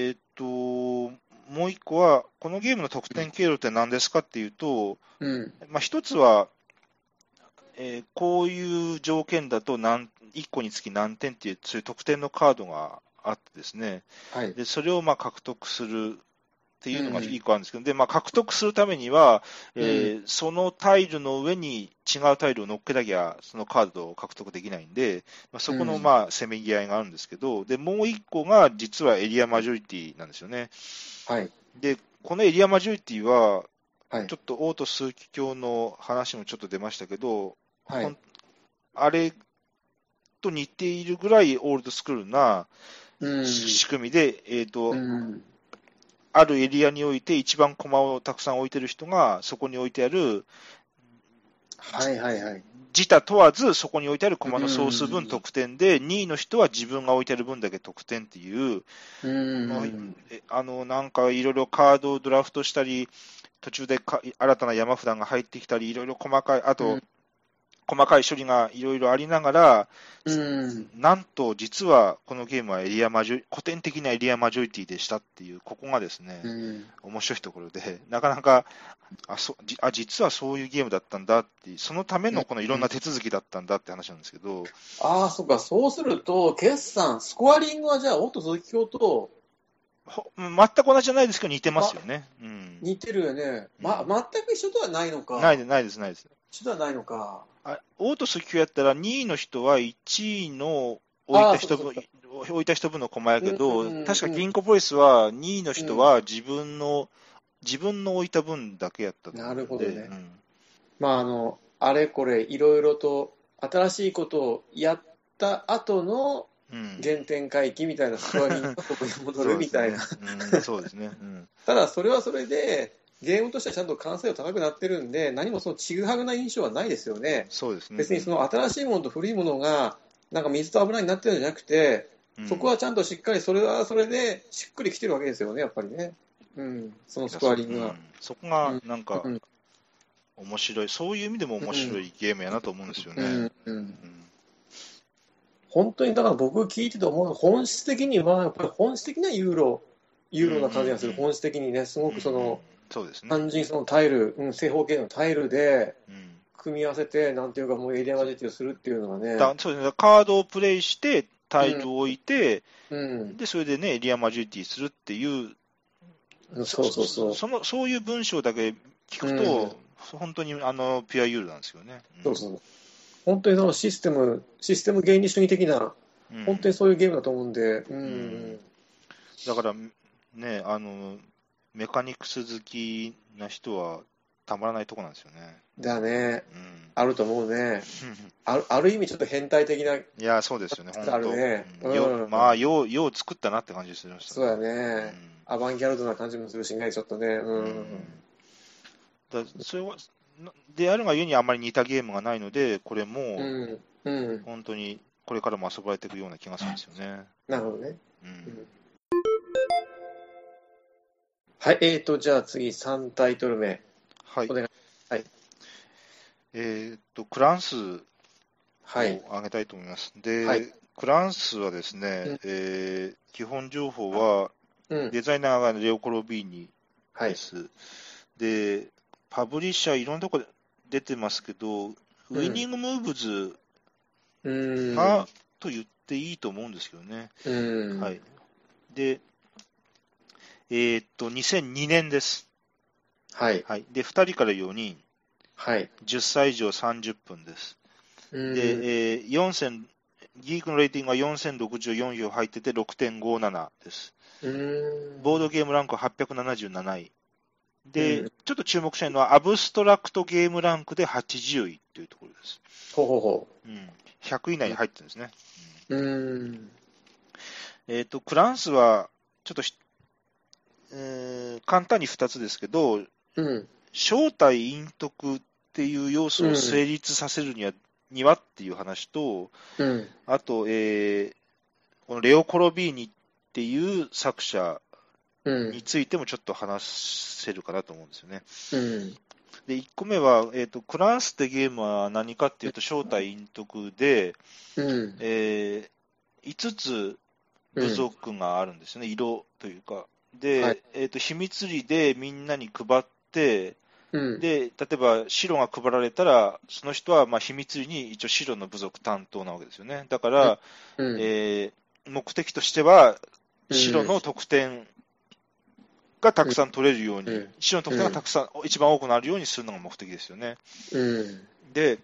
もう一個は、このゲームの得点経路って何ですかっていうと、一つは、こういう条件だと1個につき何点っていう、そういう得点のカードがあってですね、でそれを獲得するっていうのが1個あるんですけど、で獲得するためには、そのタイルの上に違うタイルを乗っけなきゃ、そのカードを獲得できないんで、そこのせめぎ合いがあるんですけど、でもう1個が実はエリアマジョリティなんですよね。でこのエリアマジョリティは、ちょっとオート数奇鏡の話もちょっと出ましたけど、あれと似ているぐらいオールドスクールな仕組みで、あるエリアにおいて一番駒をたくさん置いてる人がそこに置いてある、自他問わずそこに置いてある駒の総数分得点で、2位の人は自分が置いてある分だけ得点っていう、なんかいろいろカードをドラフトしたり、途中で新たな山札が入ってきたり、いろいろ細かい、あと、細かい処理がいろいろありながら、なんと実はこのゲームは古典的なエリアマジョリティでしたっていう、ここがですね、面白いところで、なかなか実はそういうゲームだったんだっていう、そのためのこのいろんな手続きだったんだって話なんですけど。 そうか、そうすると、決算、スコアリングはじゃあ、オート鈴木表と、 全く同じじゃないですけど、似てますよね。 似てるよね。全く一緒とはないのか。 ないです。 一緒ではないのか。 オートスキュやったら2位の人は1位の置いた人分の駒やけど、確か銀行ポリスは2位の人は自分の置いた分だけやったと思うので。なるほどね。あれこれいろいろと新しいことをやった後の原点回帰みたいなスコアリングがここに戻るみたいな。 そうですね。 ただそれはそれで、ゲームとしてはちゃんと完成度高くなってるんで、何もちぐはぐな印象はないですよね。 そうですね。 別に新しいものと古いものが、なんか水と油になってるんじゃなくて、そこはちゃんとしっかり、それはそれでしっくりきてるわけですよね、やっぱりね。そのスコアリングが。 そこが、なんか、面白い。そういう意味でも面白いゲームやなと思うんですよね。 本当に、だから僕聞いてて思うのは、本質的には、やっぱり本質的なユーロな感じがする。本質的にね、すごくそうですね、 単純にタイル、正方形のタイルで組み合わせて、なんていうか、もうエリアマジョリティをするっていうのがね。 そうですね、カードをプレイして、タイルを置いて、でそれでね、エリアマジョリティするっていう、そういう文章だけ聞くと、本当にピュアユーロなんですよね。 本当にシステム原理主義的な、本当にそういうゲームだと思うんで。 だからね、メカニクス好きな人はたまらないとこなんですよね。 だね。あると思うね。ある意味ちょっと変態的な。 いや、そうですよね、本当。 あるね。 まあ、よう作ったなって感じするましたね。 そうやね。アバンギャルドな感じもするしね、ちょっとね。 それは、であるがゆえにあまり似たゲームがないので、これも、本当にこれからも遊ばれていくような気がするんですよね。 なるほどね。はい、じゃあ次3タイトル目。 はい。 お願い。はい。 クランスを挙げたいと思います。で、クランスはですね、基本情報は、デザイナーがレオ・コロビーニです。で、パブリッシャーいろんなところ出てますけど、ウィニングムーブズがと言っていいと思うんですけどね。はい。で、2002年です。 はい。 はい。で、2人から4人。 はい。 10歳以上30分です。で、4000、ギークのレーティングは4064票入ってて 6.57 です。ボードゲームランクは877位。で、ちょっと注目したいのは、アブストラクトゲームランクで80位というところです。100位以内に入ってるんですね。クランスは、ちょっと簡単に2つですけど、正体陰徳っていう要素を成立させるにはっていう話と、あと、このレオ・コロビーニっていう作者についてもちょっと話せるかなと思うんですよね。で、1個目は、クランスってゲームは何かっていうと、正体陰徳で、5つ部族があるんですよね、色というか。で、秘密裏でみんなに配って、で、例えば白が配られたら、その人はまあ秘密裏に一応白の部族担当なわけですよね。だから、目的としては、白の得点がたくさん取れるように、白の得点がたくさん、一番多くなるようにするのが目的ですよね。で、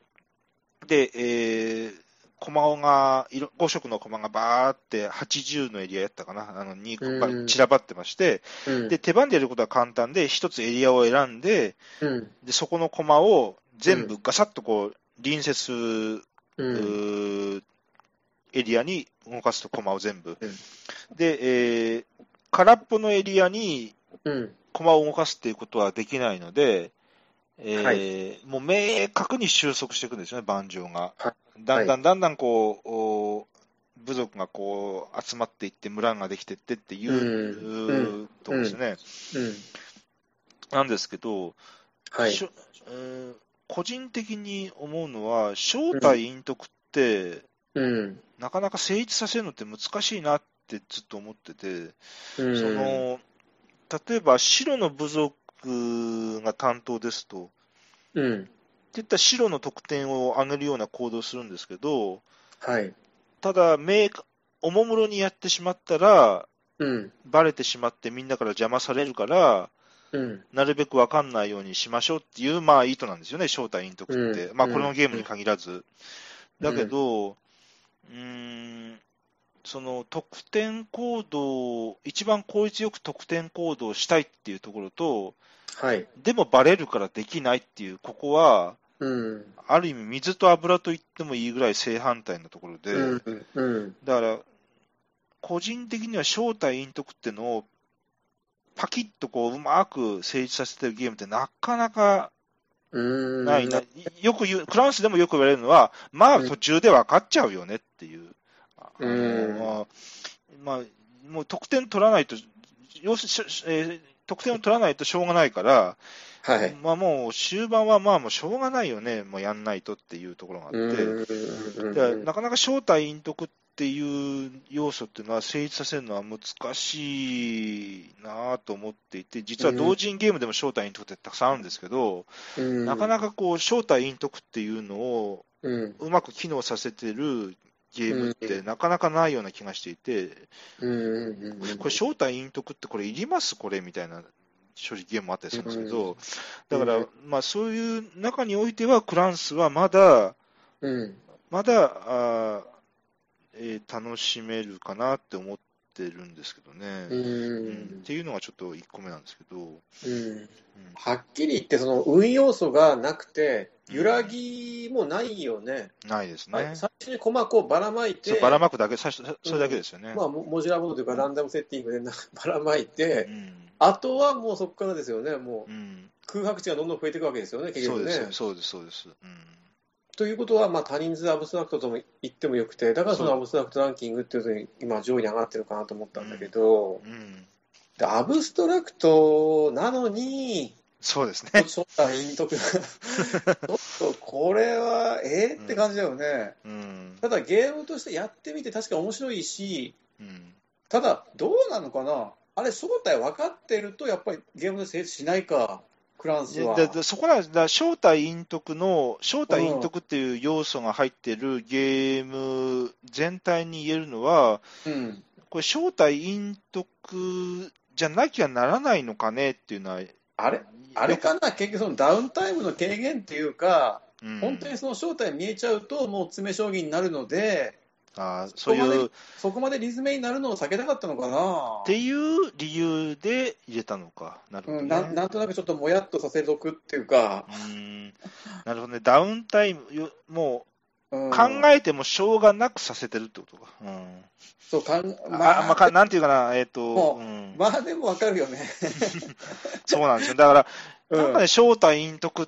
駒が、5色の駒がバーって80のエリアやったかな、散らばってまして、で、手番でやることは簡単で、一つエリアを選んで、で、そこの駒を全部ガサッとこう、隣接、エリアに動かすと駒を全部。で、空っぽのエリアに駒を動かすっていうことはできないので、もう明確に収束していくんですよね、盤上が。だんだんこう、部族がこう集まっていって、村ができていってっていうところですね。なんですけど、個人的に思うのは、正体陰徳って、なかなか成立させるのって難しいなってずっと思ってて、例えば白の部族が担当ですと、っていった白の得点を上げるような行動をするんですけど、ただ、おもむろにやってしまったら、バレてしまってみんなから邪魔されるから、なるべく分かんないようにしましょうっていう、まあ、意図なんですよね、正体陰徳って。まあ、このゲームに限らず。だけど、その得点行動、一番効率よく得点行動したいっていうところと、でもバレるからできないっていう、ここは、ある意味水と油と言ってもいいぐらい正反対なところで、だから、個人的には正体陰徳っていうのをパキッとこううまく成立させてるゲームってなかなかないな。よくクランスでもよく言われるのは、まあ途中で分かっちゃうよねっていう。まあ、もう得点取らないと、得点を取らないとしょうがないから、まあもう終盤はまあもうしょうがないよね、もうやんないとっていうところがあって、なかなか正体陰徳っていう要素っていうのは成立させるのは難しいなと思っていて、実は同人ゲームでも正体陰徳ってたくさんあるんですけど、なかなかこう正体陰徳っていうのをうまく機能させてるゲームってなかなかないような気がしていて、これ正体陰徳ってこれいりますこれみたいな正直ゲームもあったりするんですけど、だから、まあそういう中においてはクランスはまだ楽しめるかなって思っってるんですけどね。っていうのがちょっと1個目なんですけど。 はっきり言って、その運要素がなくて、揺らぎもないよね。 ないですね。 最初にコマをばらまいて、 ばらまくだけ、それだけですよね。 モジュラーボードというか、ランダムセッティングでばらまいて、あとはもうそこからですよね、もう、空白値がどんどん増えていくわけですよね、結局ね。 そうです。 ということは、多人数アブストラクトとも言ってもよくて、だからそのアブストラクトランキングっていうのに今上位に上がってるかなと思ったんだけど、でアブストラクトなのに、 そうですね。 ちょっとこれはって感じだよね。ただゲームとしてやってみて確か面白いし、ただどうなのかな、あれ正体分かってるとやっぱりゲームで成立しないか。フランスはそこは正体隠匿っていう要素が入ってるゲーム全体に言えるのは、これ正体隠匿じゃなきゃならないのかねっていうのは、 あれかな、結局そのダウンタイムの軽減っていうか、本当にその正体見えちゃうともう詰め将棋になるので、そこまでリズメになるのを避けたかったのかなっていう理由で入れたのか。なるほどね。 なんとなくちょっともやっとさせとくっていうか。 なるほどね。ダウンタイム、もう、考えてもしょうがなくさせてるってことか。 そうなんていうかな、 でもわかるよね。 そうなんですよ。だから、なんかね、正体隠匿って、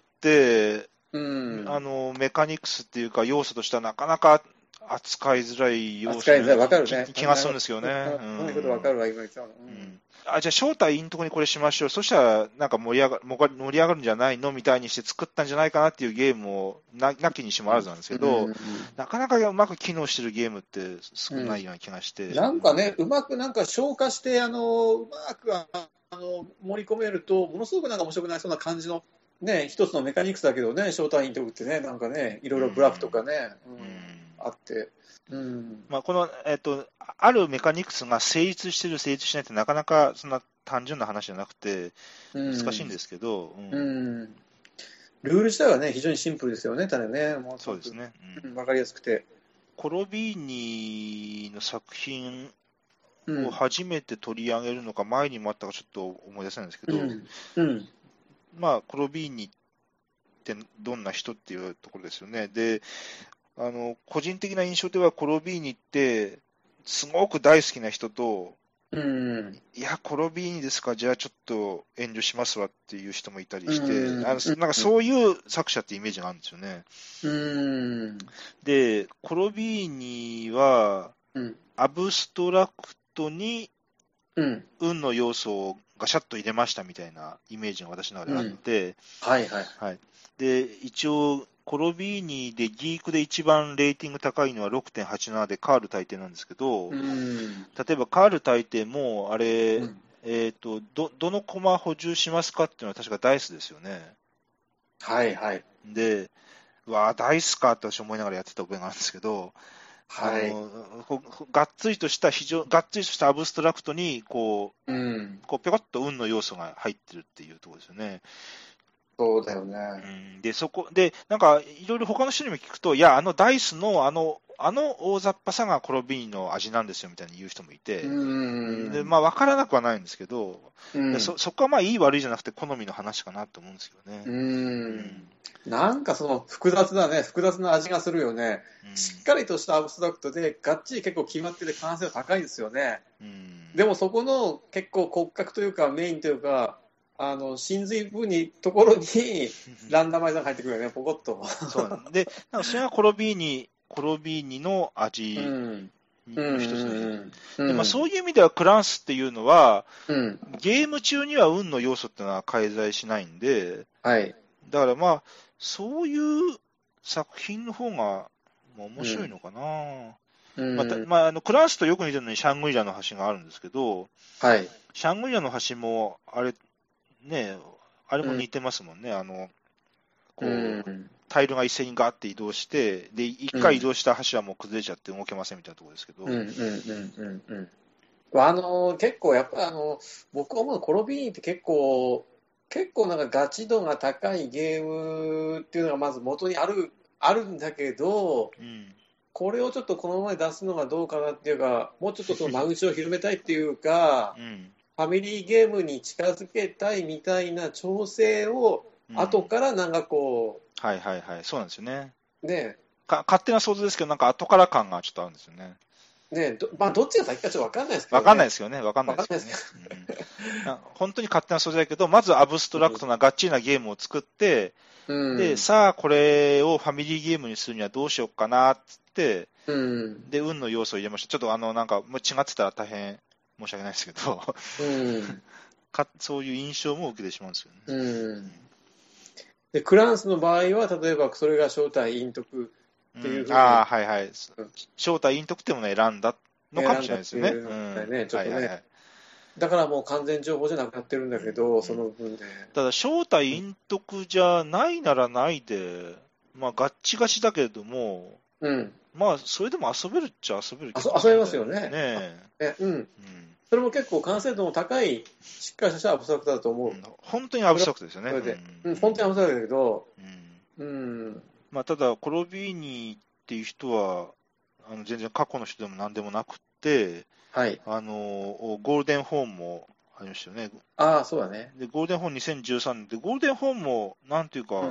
メカニクスっていうか、要素としてはなかなか扱いづらい要素な気がするんですよね。 そういうことわかるわ、今言ったの。 じゃあ正体隠匿にこれしましょう。そしたら、なんか盛り上がるんじゃないのみたいにして作ったんじゃないかなっていうゲームをなきにしもあらずなんですけど、なかなかうまく機能してるゲームって少ないような気がして。 なんかね、うまく消化して、うまく盛り込めると、ものすごく面白くなりそうな感じの、ね、一つのメカニクスだけどね、正体隠匿ってね、なんかね、いろいろブラフとかね、あって。 この、あるメカニクスが成立してる、成立しないってなかなかそんな単純な話じゃなくて難しいんですけど、 ルール自体はね非常にシンプルですよね、ただね、もうそうですね、 わかりやすくて。 コロビーニの作品を初めて取り上げるのか、前にもあったかちょっと思い出せないんですけど、コロビーニってどんな人っていうところですよね。で、個人的な印象ではコロビーニってすごく大好きな人と、いやコロビーニですか、じゃあちょっと遠慮しますわっていう人もいたりして、なんかそういう作者ってイメージがあるんですよね。でコロビーニは、アブストラクトに運の要素をガシャッと入れましたみたいなイメージが私の中であって、で一応コロビーニでギークで一番レーティング高いのは 6.87 でカール大帝なんですけど、例えばカール大帝もあれ、どのコマ補充しますかっていうのは確かダイスですよね。で、ダイスかって私思いながらやってた覚えがあるんですけど、がっつりとしたアブストラクトにこうぴょこっと運の要素が入ってるっていうところですよね。 そうだよね。 で、そこで、なんか、いろいろ他の人にも聞くと、いや、ダイスの大雑把さがコロビーニの味なんですよみたいに言う人もいて、で、分からなくはないんですけど、そこはいい悪いじゃなくて好みの話かなと思うんですけどね。 なんかその複雑な味がするよね。しっかりとしたアブストラクトで、がっちり結構決まってて可能性が高いですよね。でもそこの結構骨格というかメインというか、真髄部にところにランダマイザーが入ってくるよね、ポコッと。 そうで、それがコロビーニの味の一つで、そういう意味ではクランスっていうのは、ゲーム中には運の要素っていうのは介在しないんで、だからそういう作品の方が面白いのかな。クランスとよく似てるのにシャングリラの橋があるんですけど、シャングリラの橋もあれも似てますもんね。タイルが一斉にガーって移動して、で、一回移動した橋はもう崩れちゃって動けませんみたいなところですけど。 結構やっぱ僕思うコロビーニって結構なんかガチ度が高いゲームっていうのがまず元にあるんだけど、 これをちょっとこのままで出すのがどうかなっていうか、もうちょっとその間口を広めたいっていうか、ファミリーゲームに近づけたいみたいな調整を、後からなんかこう、はいはいはい、そうなんですよね。 ね勝手な想像ですけど、なんか後から感がちょっとあるんですよね。 ねまあ、どっちが先かちょっと分かんないですけどね。 分かんないですよね、分かんないですよね。本当に勝手な想像だけど、まずアブストラクトながっちりなゲームを作って、で、さあこれをファミリーゲームにするにはどうしようかなって、で、運の要素を入れました。ちょっとなんか、違ってたら大変申し訳ないですけど、そういう印象も受けてしまうんですよね。 で、クランスの場合は、例えばそれが正体陰徳っていうふうに、 はいはい。正体陰徳っていうものを選んだのかもしれないですよね。 ちょっとね。だからもう完全情報じゃなくなってるんだけど、その分で。 ただ、正体陰徳じゃないならないで、まあ、ガッチガチだけれども、まあ、それでも遊べるっちゃ遊べるけど、 遊べますよね。それも結構完成度の高い、しっかりしたアブストラクトだと思う。 本当にアブストラクトですよね。 本当にアブストラクトだけど、 まあ、ただ、コロビーニっていう人は、全然過去の人でも何でもなくて、ゴールデンホーンもありましたよね。 ああ、そうだね。 で、ゴールデンホーン2013年で、ゴールデンホーンも、なんていうか、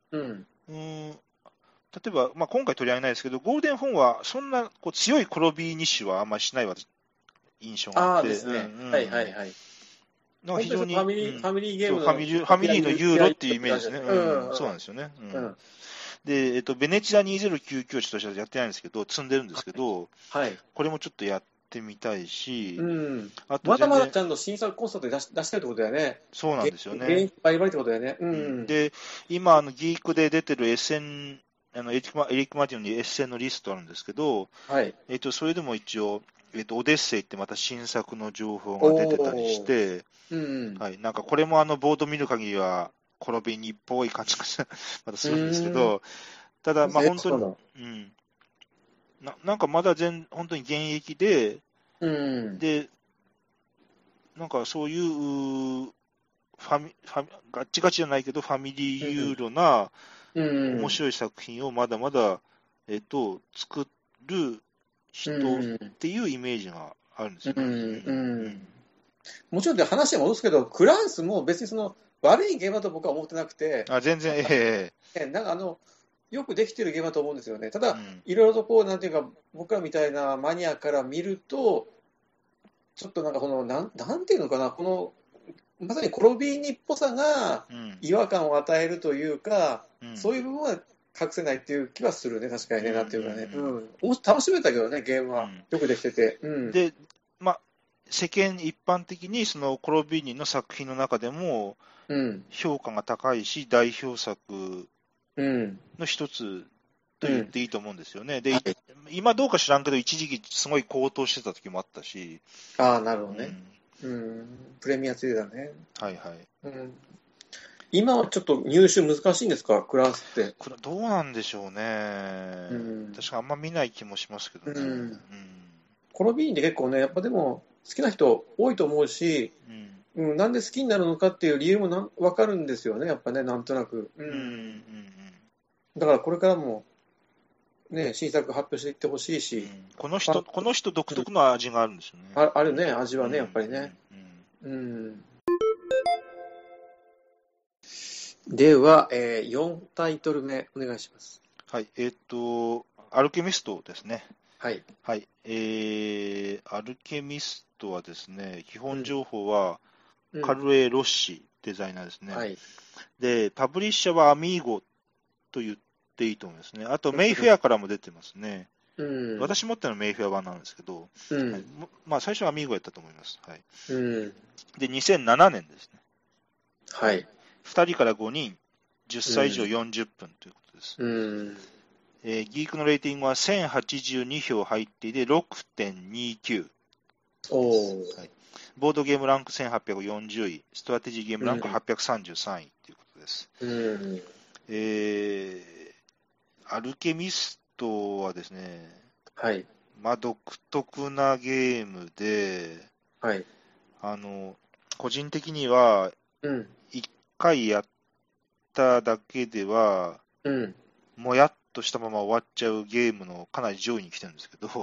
例えば、まあ、今回取り上げないですけど、ゴールデンホーンはそんなこう強いコロビーニッシュはあんまりしない印象があって、 ですね。はいはいはい。 なんか非常にファミリーゲームのファミリーのユーロっていうイメージですね。そうなんですよね。で、ベネチア2099ちょっとやってないんですけど、積んでるんですけど、これもちょっとやってみたいし、 あとまだまだちゃんと新作コンサートで出してるってことだよね。 そうなんですよね。 現役バリバリってことだよね。 で、今、ギークで出てるSN、エリック・マーティンの SN のリストあるんですけど、それでも一応、オデッセイってまた新作の情報が出てたりして、なんかこれもボード見る限りは、コロビニっぽい感じがまたするんですけど、ただ、まあ本当に、なんかまだ本当に現役で、で、なんかそういうガッチガチじゃないけど、ファミリーユーロな面白い作品をまだまだ、作る人っていうイメージがあるんですよね。 もちろんで話は戻すけど、クランスも別にその悪いゲームだと僕は思ってなくて、 全然、 なんかよくできてるゲームだと思うんですよね。ただ、いろいろとこう、なんていうか、僕らみたいなマニアから見ると、ちょっとなんかなんていうのかな、まさにコロビーニっぽさが違和感を与えるというか、そういう部分は隠せないっていう気はするね、確かにね、なんていうかね。楽しめたけどね、ゲームは。よくできてて。 で、まあ、世間一般的にそのコロビーニの作品の中でも評価が高いし、代表作の一つと言っていいと思うんですよね。で、今どうか知らんけど、一時期すごい高騰してた時もあったし。 なるほどね。プレミア2だね。今はちょっと入手難しいんですか、クラスって。 どうなんでしょうね。確かあんま見ない気もしますけどね。 コロビーンって結構ね、やっぱでも好きな人多いと思うし、なんで好きになるのかっていう理由も分かるんですよね、やっぱね、なんとなく。だからこれからも、ね、新作発表していってほしいし、 この人独特の味があるんですよね。 あるね、味はね、やっぱりね。では、4タイトル目、お願いします。 はい、アルケミストですね。 はい。 アルケミストはですね、基本情報は、カルエ・ロッシ、デザイナーですね。で、パブリッシャーはアミーゴと言っていいと思いますね。あと、メイフェアからも出てますね。私持ってるのはメイフェア版なんですけど、まあ、最初はアミーゴやったと思います。で、2007年ですね。2人から5人、10歳以上40分ということです。ギークのレーティングは1082票入っていて 6.29。ボードゲームランク1840位、ストラテジーゲームランク833位ということです。アルケミストはですね、まあ、独特なゲームで、個人的には、1回やっただけでは、もやっとしたまま終わっちゃうゲームのかなり上位に来てるんですけど、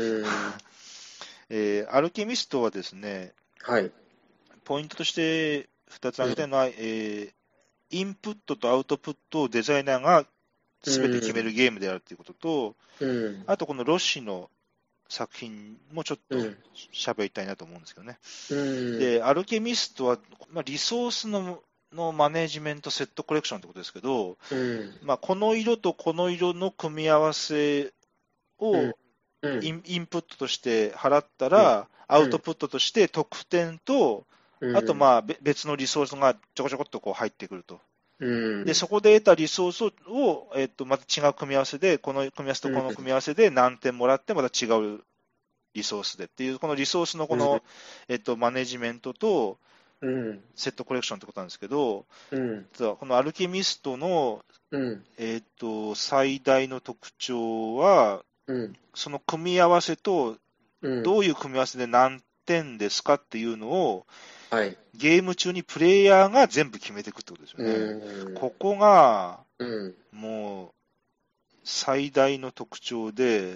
アルケミストはですね、 はい、 ポイントとして2つ挙げたいのは、インプットとアウトプットをデザイナーが全て決めるゲームであるということと、あとこのロッシの作品もちょっと喋りたいなと思うんですけどね。で、アルケミストは、リソースのマネジメントセットコレクションってことですけど、この色とこの色の組み合わせをインプットとして払ったら、アウトプットとして得点と、あと別のリソースがちょこちょこっとこう入ってくると。で、そこで得たリソースを、また違う組み合わせで、この組み合わせとこの組み合わせで何点もらって、また違うリソースでっていう、このリソースのこの、マネジメントと、セットコレクションってことなんですけど、このアルケミストの、最大の特徴は、その組み合わせと、どういう組み合わせで何点ですかっていうのを、ゲーム中にプレイヤーが全部決めていくってことですよね。ここが、もう、最大の特徴で、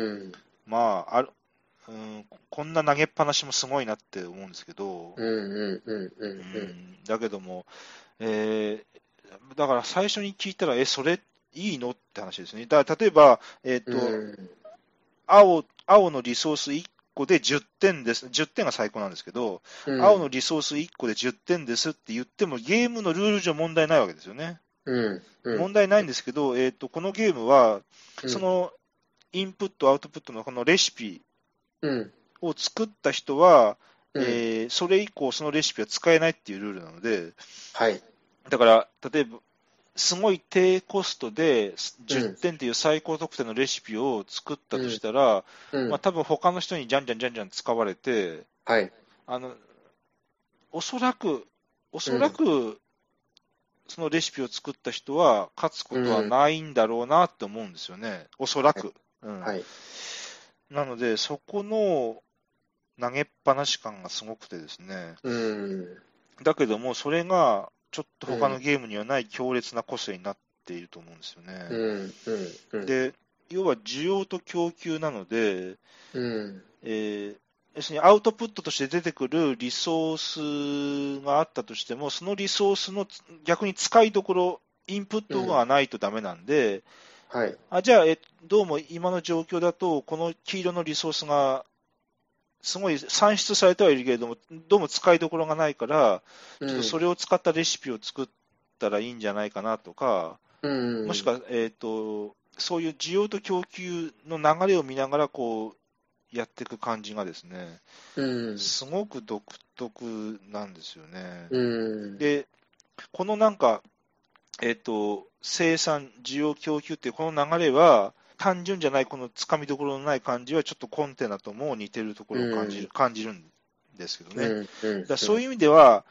こんな投げっぱなしもすごいなって思うんですけど、だけども、だから最初に聞いたら、それいいのって話ですね。だから例えば、青のリソース1個で10点です。10点が最高なんですけど、青のリソース1個で10点ですって言っても、ゲームのルール上問題ないわけですよね。問題ないんですけど、このゲームは、そのインプット、アウトプットのこのレシピを作った人は、それ以降、そのレシピは使えないっていうルールなので、だから、例えば、すごい低コストで10点という最高得点のレシピを作ったとしたら、多分他の人にじゃんじゃん使われて、おそらく、そのレシピを作った人は勝つことはないんだろうなって思うんですよね、おそらく。なので、そこの投げっぱなし感がすごくてですね、だけども、それがちょっと他のゲームにはない強烈な個性になっていると思うんですよね。で、要は需要と供給なので、要するにアウトプットとして出てくるリソースがあったとしても、そのリソースの逆に使いどころ、インプットがないとダメなんで、じゃあ、どうも今の状況だと、この黄色のリソースがすごい算出されてはいるけれども、どうも使いどころがないから、ちょっとそれを使ったレシピを作ったらいいんじゃないかなとか、もしくは、そういう需要と供給の流れを見ながら、こう、やっていく感じがですね、すごく独特なんですよね。で、このなんか、生産、需要、供給っていうこの流れは、単純じゃない、このつかみどころのない感じは、ちょっとコンテナとも似てるところを感じるんですけどね。だそういう意味では、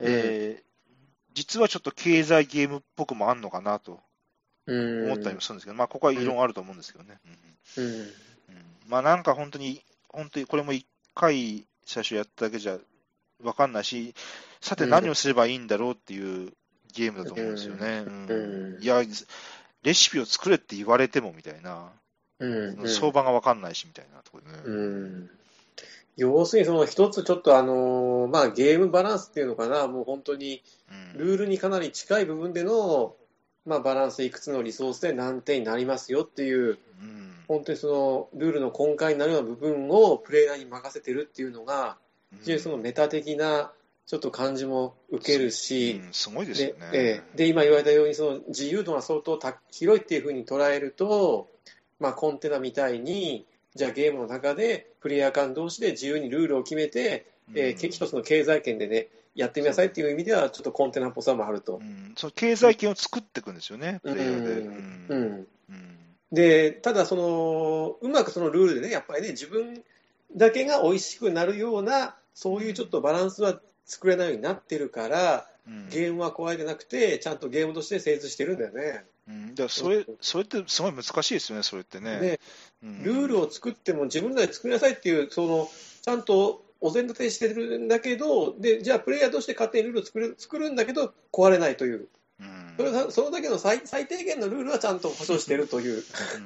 実はちょっと経済ゲームっぽくもあるのかなと思ったりもするんですけど、ここは異論あると思うんですけどね。なんか本当にこれも1回最初やっただけじゃ分かんないし、さて何をすればいいんだろうっていうゲームだと思うんですよね。いや、レシピを作れって言われてもみたいな、相場が分かんないしみたいなところでね。 要するにその一つちょっとゲームバランスっていうのかな、もう本当にルールにかなり近い部分での、バランスいくつのリソースで何点になりますよっていう、本当にそのルールの根幹になるような部分をプレイヤーに任せてるっていうのが、非常にそのメタ的なちょっと感じも受けるし、 すごいですよね。 で、今言われたようにその自由度が相当広いっていうふうに捉えると、コンテナみたいに、じゃあゲームの中でプレイヤー間同士で自由にルールを決めて、一つの経済圏でね、やってみなさいっていう意味では、ちょっとコンテナっぽさもあると。 その経済圏を作っていくんですよね、プレイヤーで。 で、ただうまくそのルールでね、やっぱりね、自分だけが美味しくなるような、そういうちょっとバランスは作れないようになってるから、ゲームは怖いじゃなくて、ちゃんとゲームとして成立してるんだよね。 それってすごい難しいですよね、それってね。 で、ルールを作っても自分らで作りなさいっていう、ちゃんとお膳立てしてるんだけど、で、じゃあプレイヤーとして勝手にルールを作るんだけど、壊れないという。 そのだけの最低限のルールはちゃんと保証しているという、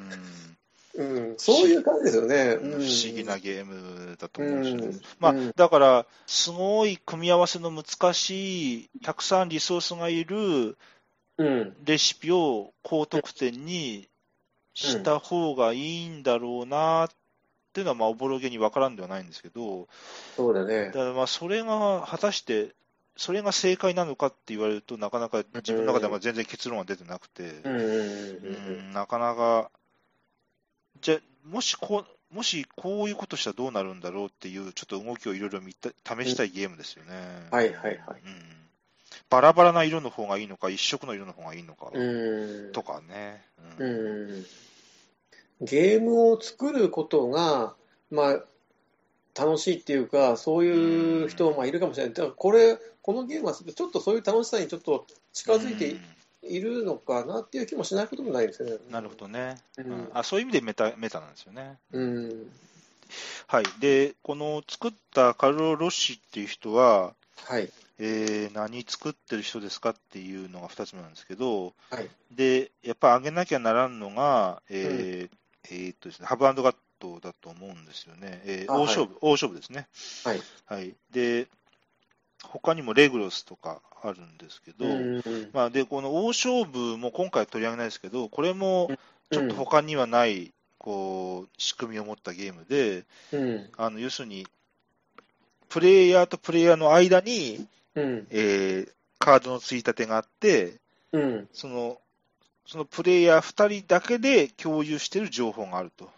そういう感じですよね。 不思議なゲームだと思うんですよね。だから、すごい組み合わせの難しい、たくさんリソースがいるレシピを高得点にした方がいいんだろうなっていうのは、おぼろげに分からんではないんですけど、 そうだね。 だからそれが果たして、それが正解なのかって言われると、なかなか自分の中では全然結論が出てなくて、なかなか、じゃもしこういうことしたらどうなるんだろうっていう、ちょっと動きをいろいろ試したいゲームですよね。バラバラな色の方がいいのか、一色の色の方がいいのか、とかね。 ゲームを作ることが、楽しいっていうか、そういう人もいるかもしれない。だからこのゲームはちょっとそういう楽しさにちょっと近づいているのかなっていう気もしないこともないですよね。 なるほどね。そういう意味でメタなんですよね。はい。で、この作ったカルロ・ロッシっていう人は、何作ってる人ですかっていうのが2つ目なんですけど、で、やっぱ上げなきゃならんのが、ですね、ハブ&ガットだと思うんですよね。大勝負ですね。で、他にもレグロスとかあるんですけど、で、この大勝負も今回取り上げないですけど、これもちょっと他にはない、仕組みを持ったゲームで、要するに、プレイヤーとプレイヤーの間に、カードのついたてがあって、そのプレイヤー2人だけで共有している情報があると。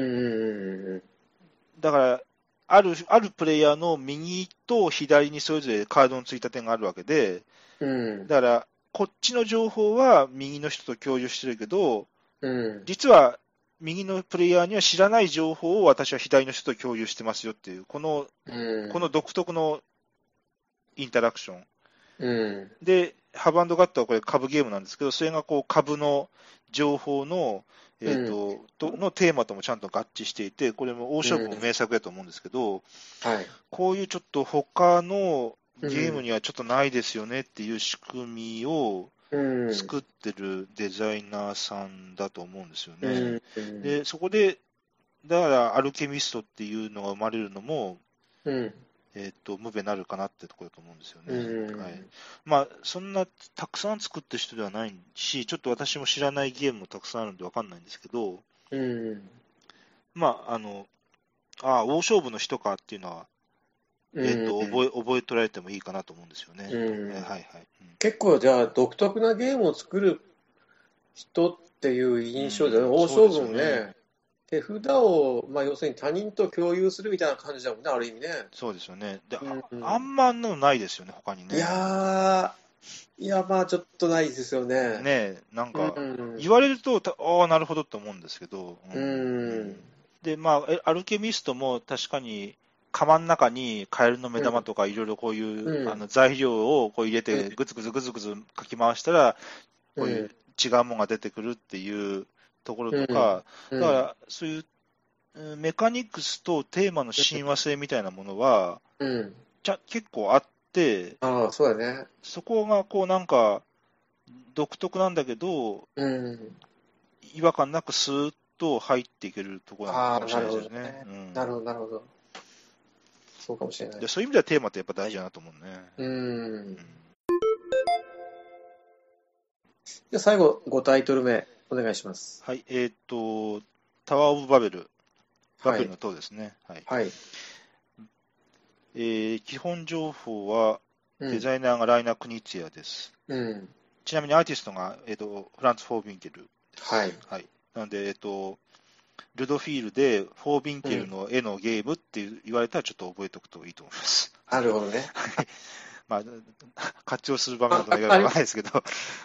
だから、あるプレイヤーの右と左にそれぞれカードのついたてがあるわけで、だから、こっちの情報は右の人と共有してるけど、実は右のプレイヤーには知らない情報を私は左の人と共有してますよっていう、この独特のインタラクション。で、ハブ&ガットはこれ株ゲームなんですけど、それが株の情報の、のテーマともちゃんと合致していて、これも大勝負も名作だと思うんですけど、こういうちょっと他のゲームにはちょっとないですよねっていう仕組みを作ってるデザイナーさんだと思うんですよね。で、そこで、だからアルケミストっていうのが生まれるのも、無べなるかなってところだと思うんですよね。そんなたくさん作ってる人ではないし、ちょっと私も知らないゲームもたくさんあるんで分かんないんですけど、大勝負の人かっていうのは、覚えとられてもいいかなと思うんですよね。 結構、じゃあ、独特なゲームを作る人っていう印象で、大勝負もね、手札を、要するに他人と共有するみたいな感じだもんね、ある意味ね。 そうですよね。で、あんまのないですよね、他にね。 いや、ちょっとないですよね。 なんか、言われると、なるほどと思うんですけど。で、アルケミストも確かに、釜の中にカエルの目玉とかいろいろこういう、材料を入れてぐつぐつかき回したら、こういう違うものが出てくるっていうところとか、だからそういうメカニクスとテーマの親和性みたいなものは、結構あって、 そうだね。 そこがなんか独特なんだけど、違和感なくスーッと入っていけるところなのかもしれないですね。 なるほど、なるほど。そうかもしれない。 でそういう意味ではテーマってやっぱ大事だなと思うね。 じゃあ最後、5タイトル目、お願いします。 はい、タワー・オブ・バベル。バベルの塔ですね。基本情報は、デザイナーがライナー・クニツィアです。ちなみにアーティストが、フランツ・フォービンケルです。なので、ルドフィールでフォービンケルの絵のゲームって言われたらちょっと覚えておくといいと思います。 なるほどね。 活用する場面だとか言わないですけど。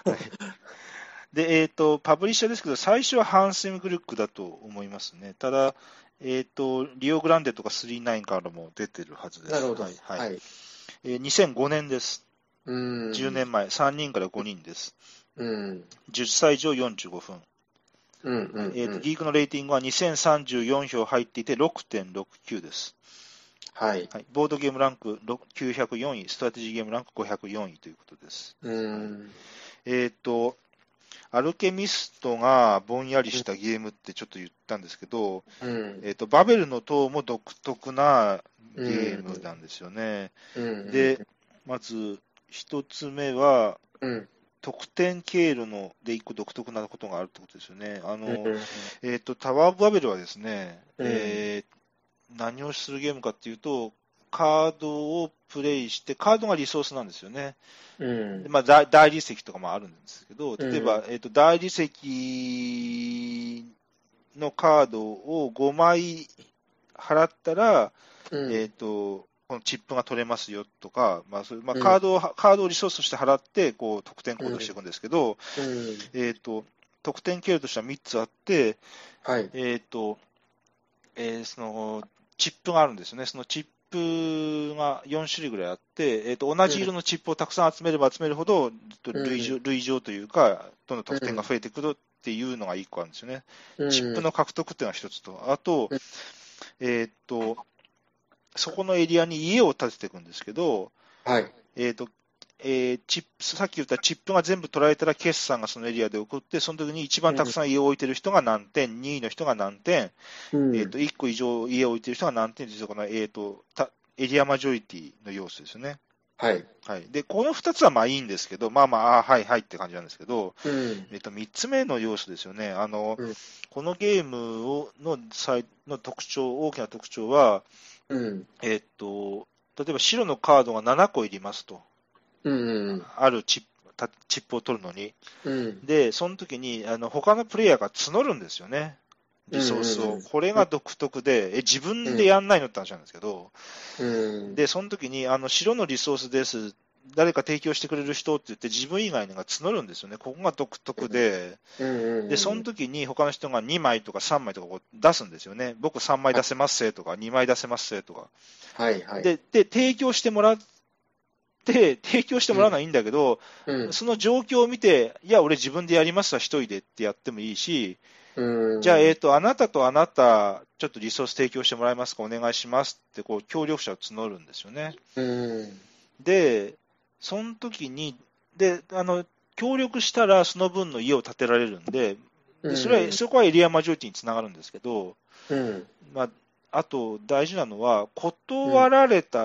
で、パブリッシャーですけど、最初はハンセム・グルックだと思いますね。ただ、リオグランデとか39からも出てるはずです。 なるほど。 2005年です。10年前、3人から5人です。10歳以上45分。リーグのレーティングは2034票入っていて 6.69 です。ボードゲームランク904位、ストラテジーゲームランク504位ということです。 アルケミストがぼんやりしたゲームってちょっと言ったんですけど、バベルの塔も独特なゲームなんですよね。で、まず一つ目は、得点経路で一個独特なことがあるってことですよね。タワー・オブ・バベルはですね、何をするゲームかっていうと、カードをプレイして、カードがリソースなんですよね。大理石とかもあるんですけど、例えば、大理石のカードを5枚払ったら、このチップが取れますよとか、カードをリソースとして払って、こう、得点行動していくんですけど、得点経路としては3つあって、その、チップがあるんですよね。そのチップが4種類ぐらいあって、同じ色のチップをたくさん集めれば集めるほど、類乗というか、どんどん得点が増えてくるっていうのが1個あるんですよね。チップの獲得っていうのは1つと、あと、そこのエリアに家を建てていくんですけど、さっき言ったチップが全部取られたら決算がそのエリアで起こって、その時に一番たくさん家を置いてる人が何点、2位の人が何点、1個以上家を置いてる人が何点というこの、エリアマジョリティの要素ですよね。で、この2つはまあいいんですけど、はいはいって感じなんですけど、3つ目の要素ですよね。このゲームの特徴、大きな特徴は、例えば白のカードが7個いりますと。あるチップを取るのに。で、その時に他のプレイヤーが募るんですよね。リソースを。これが独特で、自分でやんないのって話なんですけど、で、その時に白のリソースです。誰か提供してくれる人って言って自分以外のが募るんですよね。ここが独特で、で、その時に他の人が2枚とか3枚とかこう出すんですよね。僕3枚出せますせとか、2枚出せますせとか。で、提供してもらうのはいいんだけど、その状況を見て、いや、俺自分でやりますわ、一人でってやってもいいし、じゃあ、あなたとあなた、ちょっとリソース提供してもらえますか、お願いしますって、こう、協力者を募るんですよね。で、その時に、協力したらその分の家を建てられるんで、そこはエリアマジョリティにつながるんですけど、あと大事なのは、断られた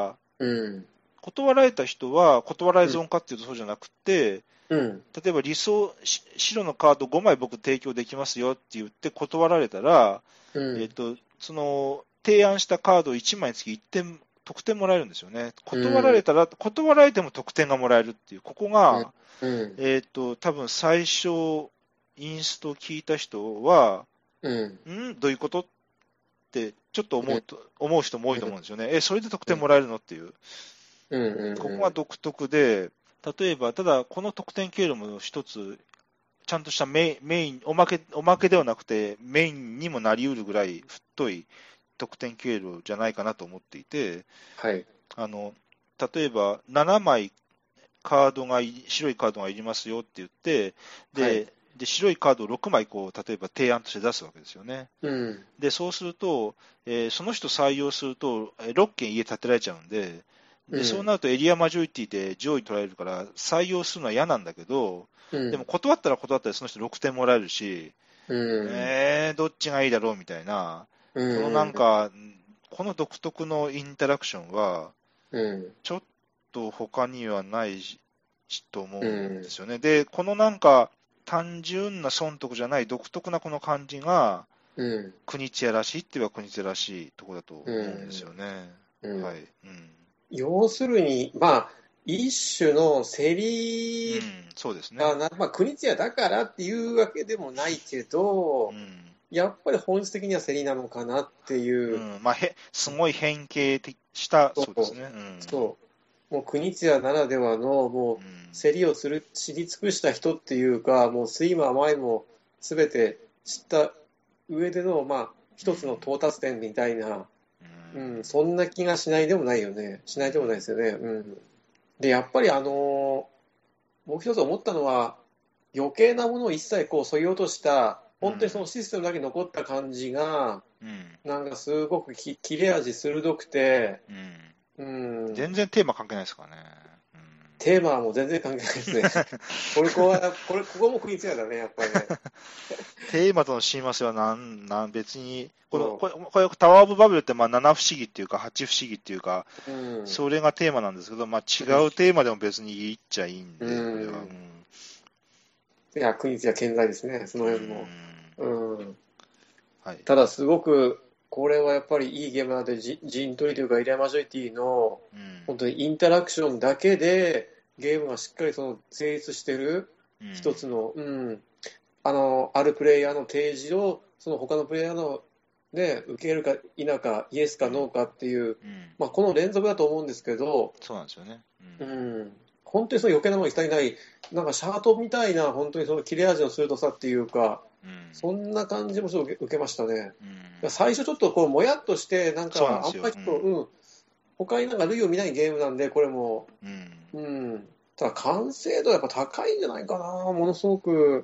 人は、断られ損かっていうとそうじゃなくて、例えば白のカード5枚僕提供できますよって言って断られたら、その提案したカード1枚につき1点得点もらえるんですよね。断られても得点がもらえるっていう、ここが、多分最初、インスト聞いた人は、どういうことってちょっと思う人も多いと思うんですよね。それで得点もらえるのっていう。ここが独特で、例えば、ただこの得点経路も一つ、ちゃんとしたメイン、おまけではなくて、メインにもなりうるぐらい太い得点経路じゃないかなと思っていて、例えば7枚白いカードがいりますよって言って、で白いカードを6枚こう、例えば提案として出すわけですよね。で、そうすると、その人採用すると、6軒家建てられちゃうんで、そうなるとエリアマジョリティで上位取られるから採用するのは嫌なんだけど、でも断ったらその人6点もらえるし、どっちがいいだろうみたいな、この独特のインタラクションは、ちょっと他にはないと思うんですよね。で、この単純な損得じゃない独特なこの感じが、国津屋らしいって言えば国津屋らしいところだと思うんですよね。 要するに、一種の競りそうですね。 国津屋だからっていうわけでもないけど、やっぱり本質的には競りなのかなっていう。 すごい変形した、そうですね。 もう国津屋ならではの、もう競りを知り尽くした人っていうか、もう酸いも甘いも全て知った上での、一つの到達点みたいな、そんな気がしないでもないよね。しないでもないですよね。で、やっぱりもう一つ思ったのは、余計なものを一切こう、そぎ落とした、本当にそのシステムだけ残った感じが、すごく切れ味鋭くて、 全然テーマ関係ないですからね。 テーマはもう全然関係ないですね。ここもクイズやだね、やっぱりね。 テーマとの親和性は別に、これタワー・オブ・バビルってまあ7不思議っていうか8不思議っていうか、それがテーマなんですけど、まあ、違うテーマでも別にいいっちゃいいんで、これは。 いや、クイズや健在ですね、その辺も。はい、ただ、すごく、これはやっぱりいいゲームなので、陣取りというか、エリアマジョリティの、本当にインタラクションだけで、ゲームがしっかり成立してる、一つの、あるプレイヤーの提示を、その他のプレイヤーの、ね、受けるか否か、イエスかノーかっていう、まあ、この連続だと思うんですけど、 そうなんですよね。 本当に余計なものが一切ない、なんかシャートみたいな、本当にその切れ味の鋭さっていうか、そんな感じもちょっと受けましたね。最初ちょっとこうもやっとして、なんかあんまり他になんか類を見ないゲームなんで、これも。ただ完成度はやっぱ高いんじゃないかな、ものすごく。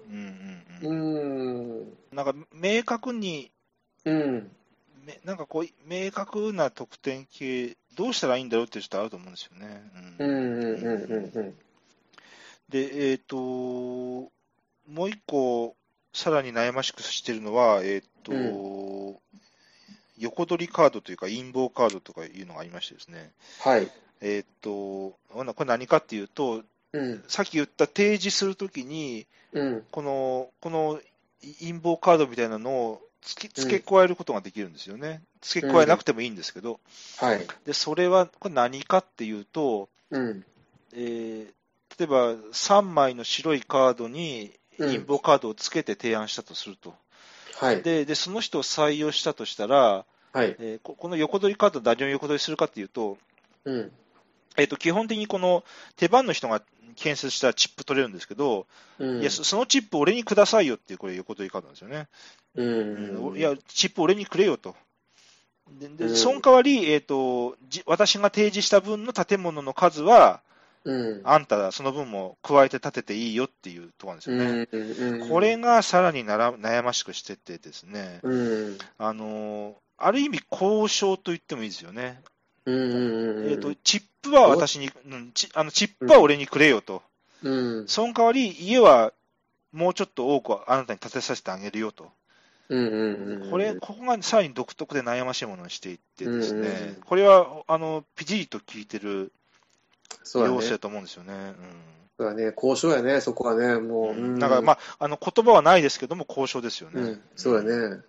なんか明確に、なんかこう、明確な得点系、どうしたらいいんだろうっていう人あると思うんですよね。で、もう一個、さらに悩ましくしてるのは、横取りカードというか、陰謀カードとかいうのがありましてですね。 はい。 これ何かっていうと、さっき言った提示するときに、この陰謀カードみたいなのを付け加えることができるんですよね。付け加えなくてもいいんですけど、でそれはこれ何かっていうと、例えば3枚の白いカードに陰謀カードを付けて提案したとすると。でその人を採用したとしたら、この横取りカードを誰に横取りするかっていうと、基本的にこの手番の人が建設したらチップ取れるんですけど、いやそのチップ俺にくださいよっていう、これ横取りカードなんですよね。いや、チップ俺にくれよと。でその代わり、私が提示した分の建物の数は、あんたその分も加えて建てていいよっていうところなんですよね。これがさらに悩ましくしててですね、ある意味交渉と言ってもいいですよね。チップは私に、チップは俺にくれよと。その代わり家はもうちょっと多くあなたに建てさせてあげるよと。ここがさらに独特で悩ましいものにしていってですね、これはピジリと効いてる要素だと思うんですよね。 そうだね、交渉やね、そこはね、もう。 だから、まあ、言葉はないですけども、交渉ですよね。 そうだね。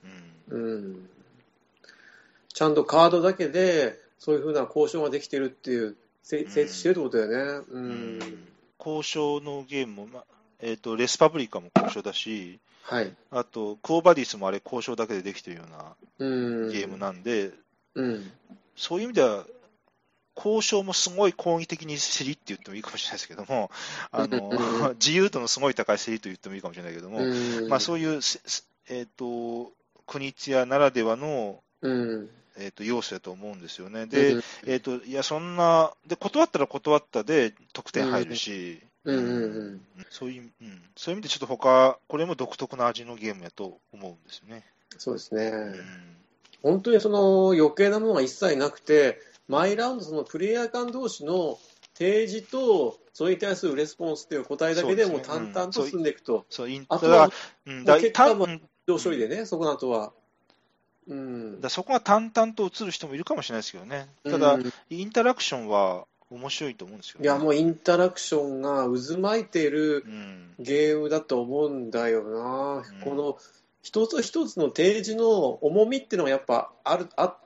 ちゃんとカードだけで、そういうふうな交渉ができてるっていう、成立してるってことだよね。 交渉のゲームも、レスパブリカも交渉だし、あと、クオバディスもあれ交渉だけでできてるようなゲームなんで、そういう意味では、交渉もすごい攻撃的に競りって言ってもいいかもしれないですけども、自由度のすごい高い競りと言ってもいいかもしれないけども、まあ、そういう、国津屋ならではの、要素だと思うんですよね。で、いや、そんな、で、断ったら断ったで得点入るし、そういう意味でちょっとこれも独特な味のゲームやと思うんですよね。 そうですね。本当にその余計なものが一切なくて、毎ラウンドそのプレイヤー間同士の提示と、それに対するレスポンスという答えだけでも淡々と進んでいくと。あとは、結果は上処理でね、そこの後は。 そこが淡々と映る人もいるかもしれないですけどね。ただ、インタラクションは面白いと思うんですよね。 いや、もうインタラクションが渦巻いているゲームだと思うんだよな。この一つ一つの提示の重みっていうのがやっぱあって、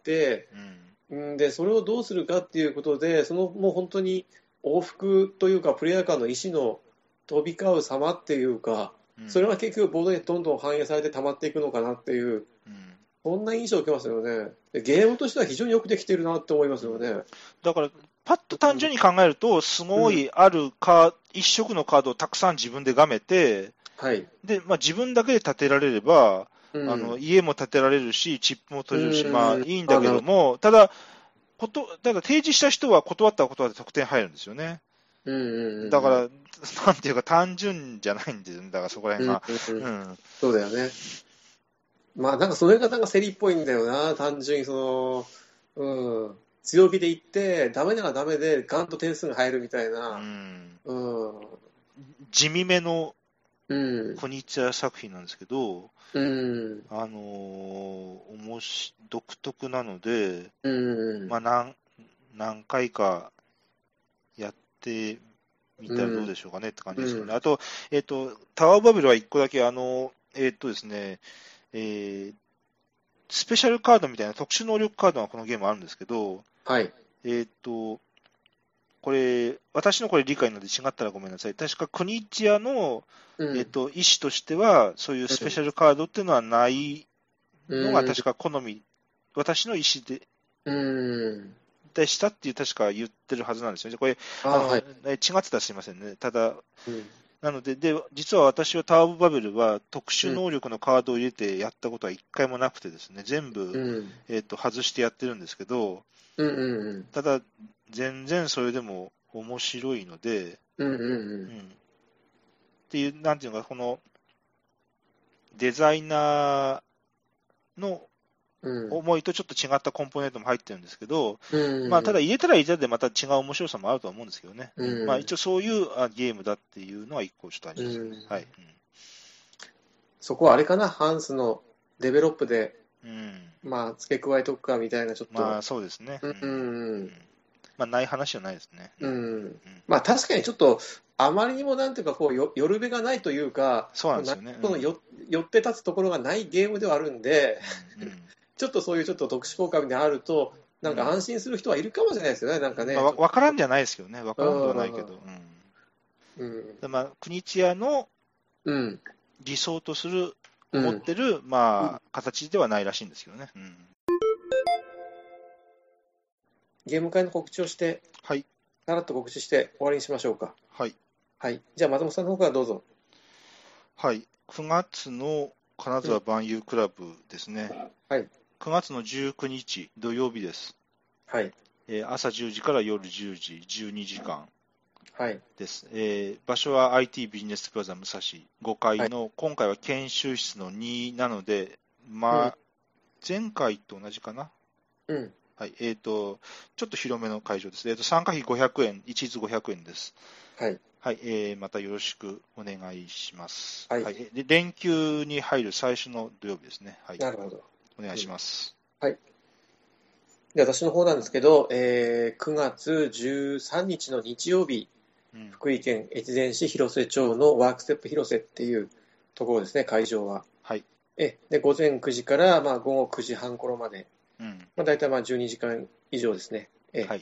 でそれをどうするかっていうことで、もう本当に往復というか、プレイヤー間の意思の飛び交う様っていうか、それは結局ボードにどんどん反映されて溜まっていくのかなっていう、そんな印象を受けますよね。ゲームとしては非常によくできているなって思いますよね。 だからパッと単純に考えると、すごい一色のカードをたくさん自分でがめて、で自分だけで建てられれば、家も建てられるし、チップも取れるし、まあいいんだけども、ただ提示した人は断ったことで得点入るんですよね。だから、なんていうか、単純じゃないんですよね、だからそこら辺が。 そうだよね。まあなんかそれがなんか競りっぽいんだよな、単純に強気でいって、ダメならダメで、ガンと点数が入るみたいな、 地味めのコニッチャー作品なんですけど、独特なので、まあ何回かやってみたらどうでしょうかねって感じですけどね。あと、タワーオブバビルは1個だけ、ですね、スペシャルカードみたいな特殊能力カードがこのゲームあるんですけど、 はい。 これ、私のこれ理解なので違ったらごめんなさい。確かクニッチアの、意思としては、そういうスペシャルカードっていうのはないのが確か好み、私の意思でしたっていう確か言ってるはずなんですよね。これ、はい、違ってたらすいませんね。ただ、なので、実は私はタワーオブバベルは特殊能力のカードを入れてやったことは一回もなくてですね、全部、外してやってるんですけど、ただ、全然それでも面白いので、っていう、なんていうのか、このデザイナーの思いとちょっと違ったコンポーネントも入ってるんですけど、まあ、ただ入れたら入れたでまた違う面白さもあるとは思うんですけどね。まあ、一応そういうゲームだっていうのは一個ちょっとありますね。はい。 そこはあれかな、ハンスのデベロップで、まあ、付け加えとくかみたいな、ちょっと。 まあ、そうですね。まあ、ない話じゃないですね。 まあ、確かにちょっと、あまりにもなんていうか、こう、よるべがないというか、 そうなんですよね。 寄って立つところがないゲームではあるんで、ちょっとそういうちょっと特殊効果であると、なんか安心する人はいるかもしれないですよね、なんかね。 まあ、わからんじゃないですけどね。わからんではないけど。まあ、クニチアの理想とする、持ってる、まあ、形ではないらしいんですけどね。 ゲーム会の告知をして、 はい。 さらっと告知して終わりにしましょうか。 はい。 はい。じゃあ、松本さんの方からどうぞ。 はい。9月の金沢万有クラブですね。 はい。 9月の19日土曜日です。 はい。 朝10時から夜10時、12時間です。 はい。 場所は IT ビジネスプラザ武蔵5階の、今回は研修室の2なので、まあ、前回と同じかな。はい。ちょっと広めの会場です。参加費500円、一律500円です。 はい。 はい。またよろしくお願いします。 はい。 で連休に入る最初の土曜日ですね。はい。 なるほど。 お願いします。 はい。で、私の方なんですけど、9月13日の日曜日、福井県越前市広瀬町のワークステップ広瀬っていうところですね、会場は。 はい。 で、午前9時から、まあ、午後9時半頃まで、まあ、大体まあ12時間以上ですね。 はい。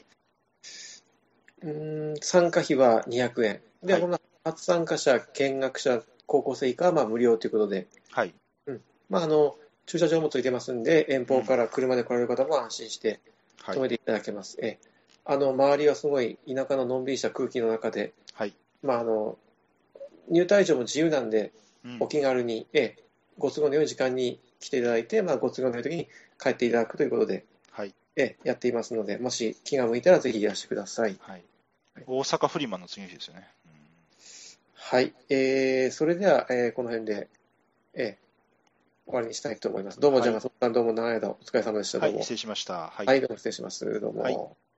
参加費は200円。で、この初参加者、見学者、高校生以下はまあ無料ということで、 はい。 まあ、駐車場もついてますんで、遠方から車で来られる方も安心して止めていただけます。周りはすごい田舎ののんびりした空気の中で、まあ、入退場も自由なんで、お気軽に、ご都合の良い時間に来ていただいて、まあ、ご都合の良い時に帰っていただくということで、やっていますので、もし気が向いたらぜひいらしてください。 大阪フリマの次の日ですよね。 はい。それでは、この辺で、終わりにしたいと思います。どうも、じゃあ、松本さん、どうも長い間お疲れ様でした。どうも。 失礼しました。 はい、どうも失礼します。どうも。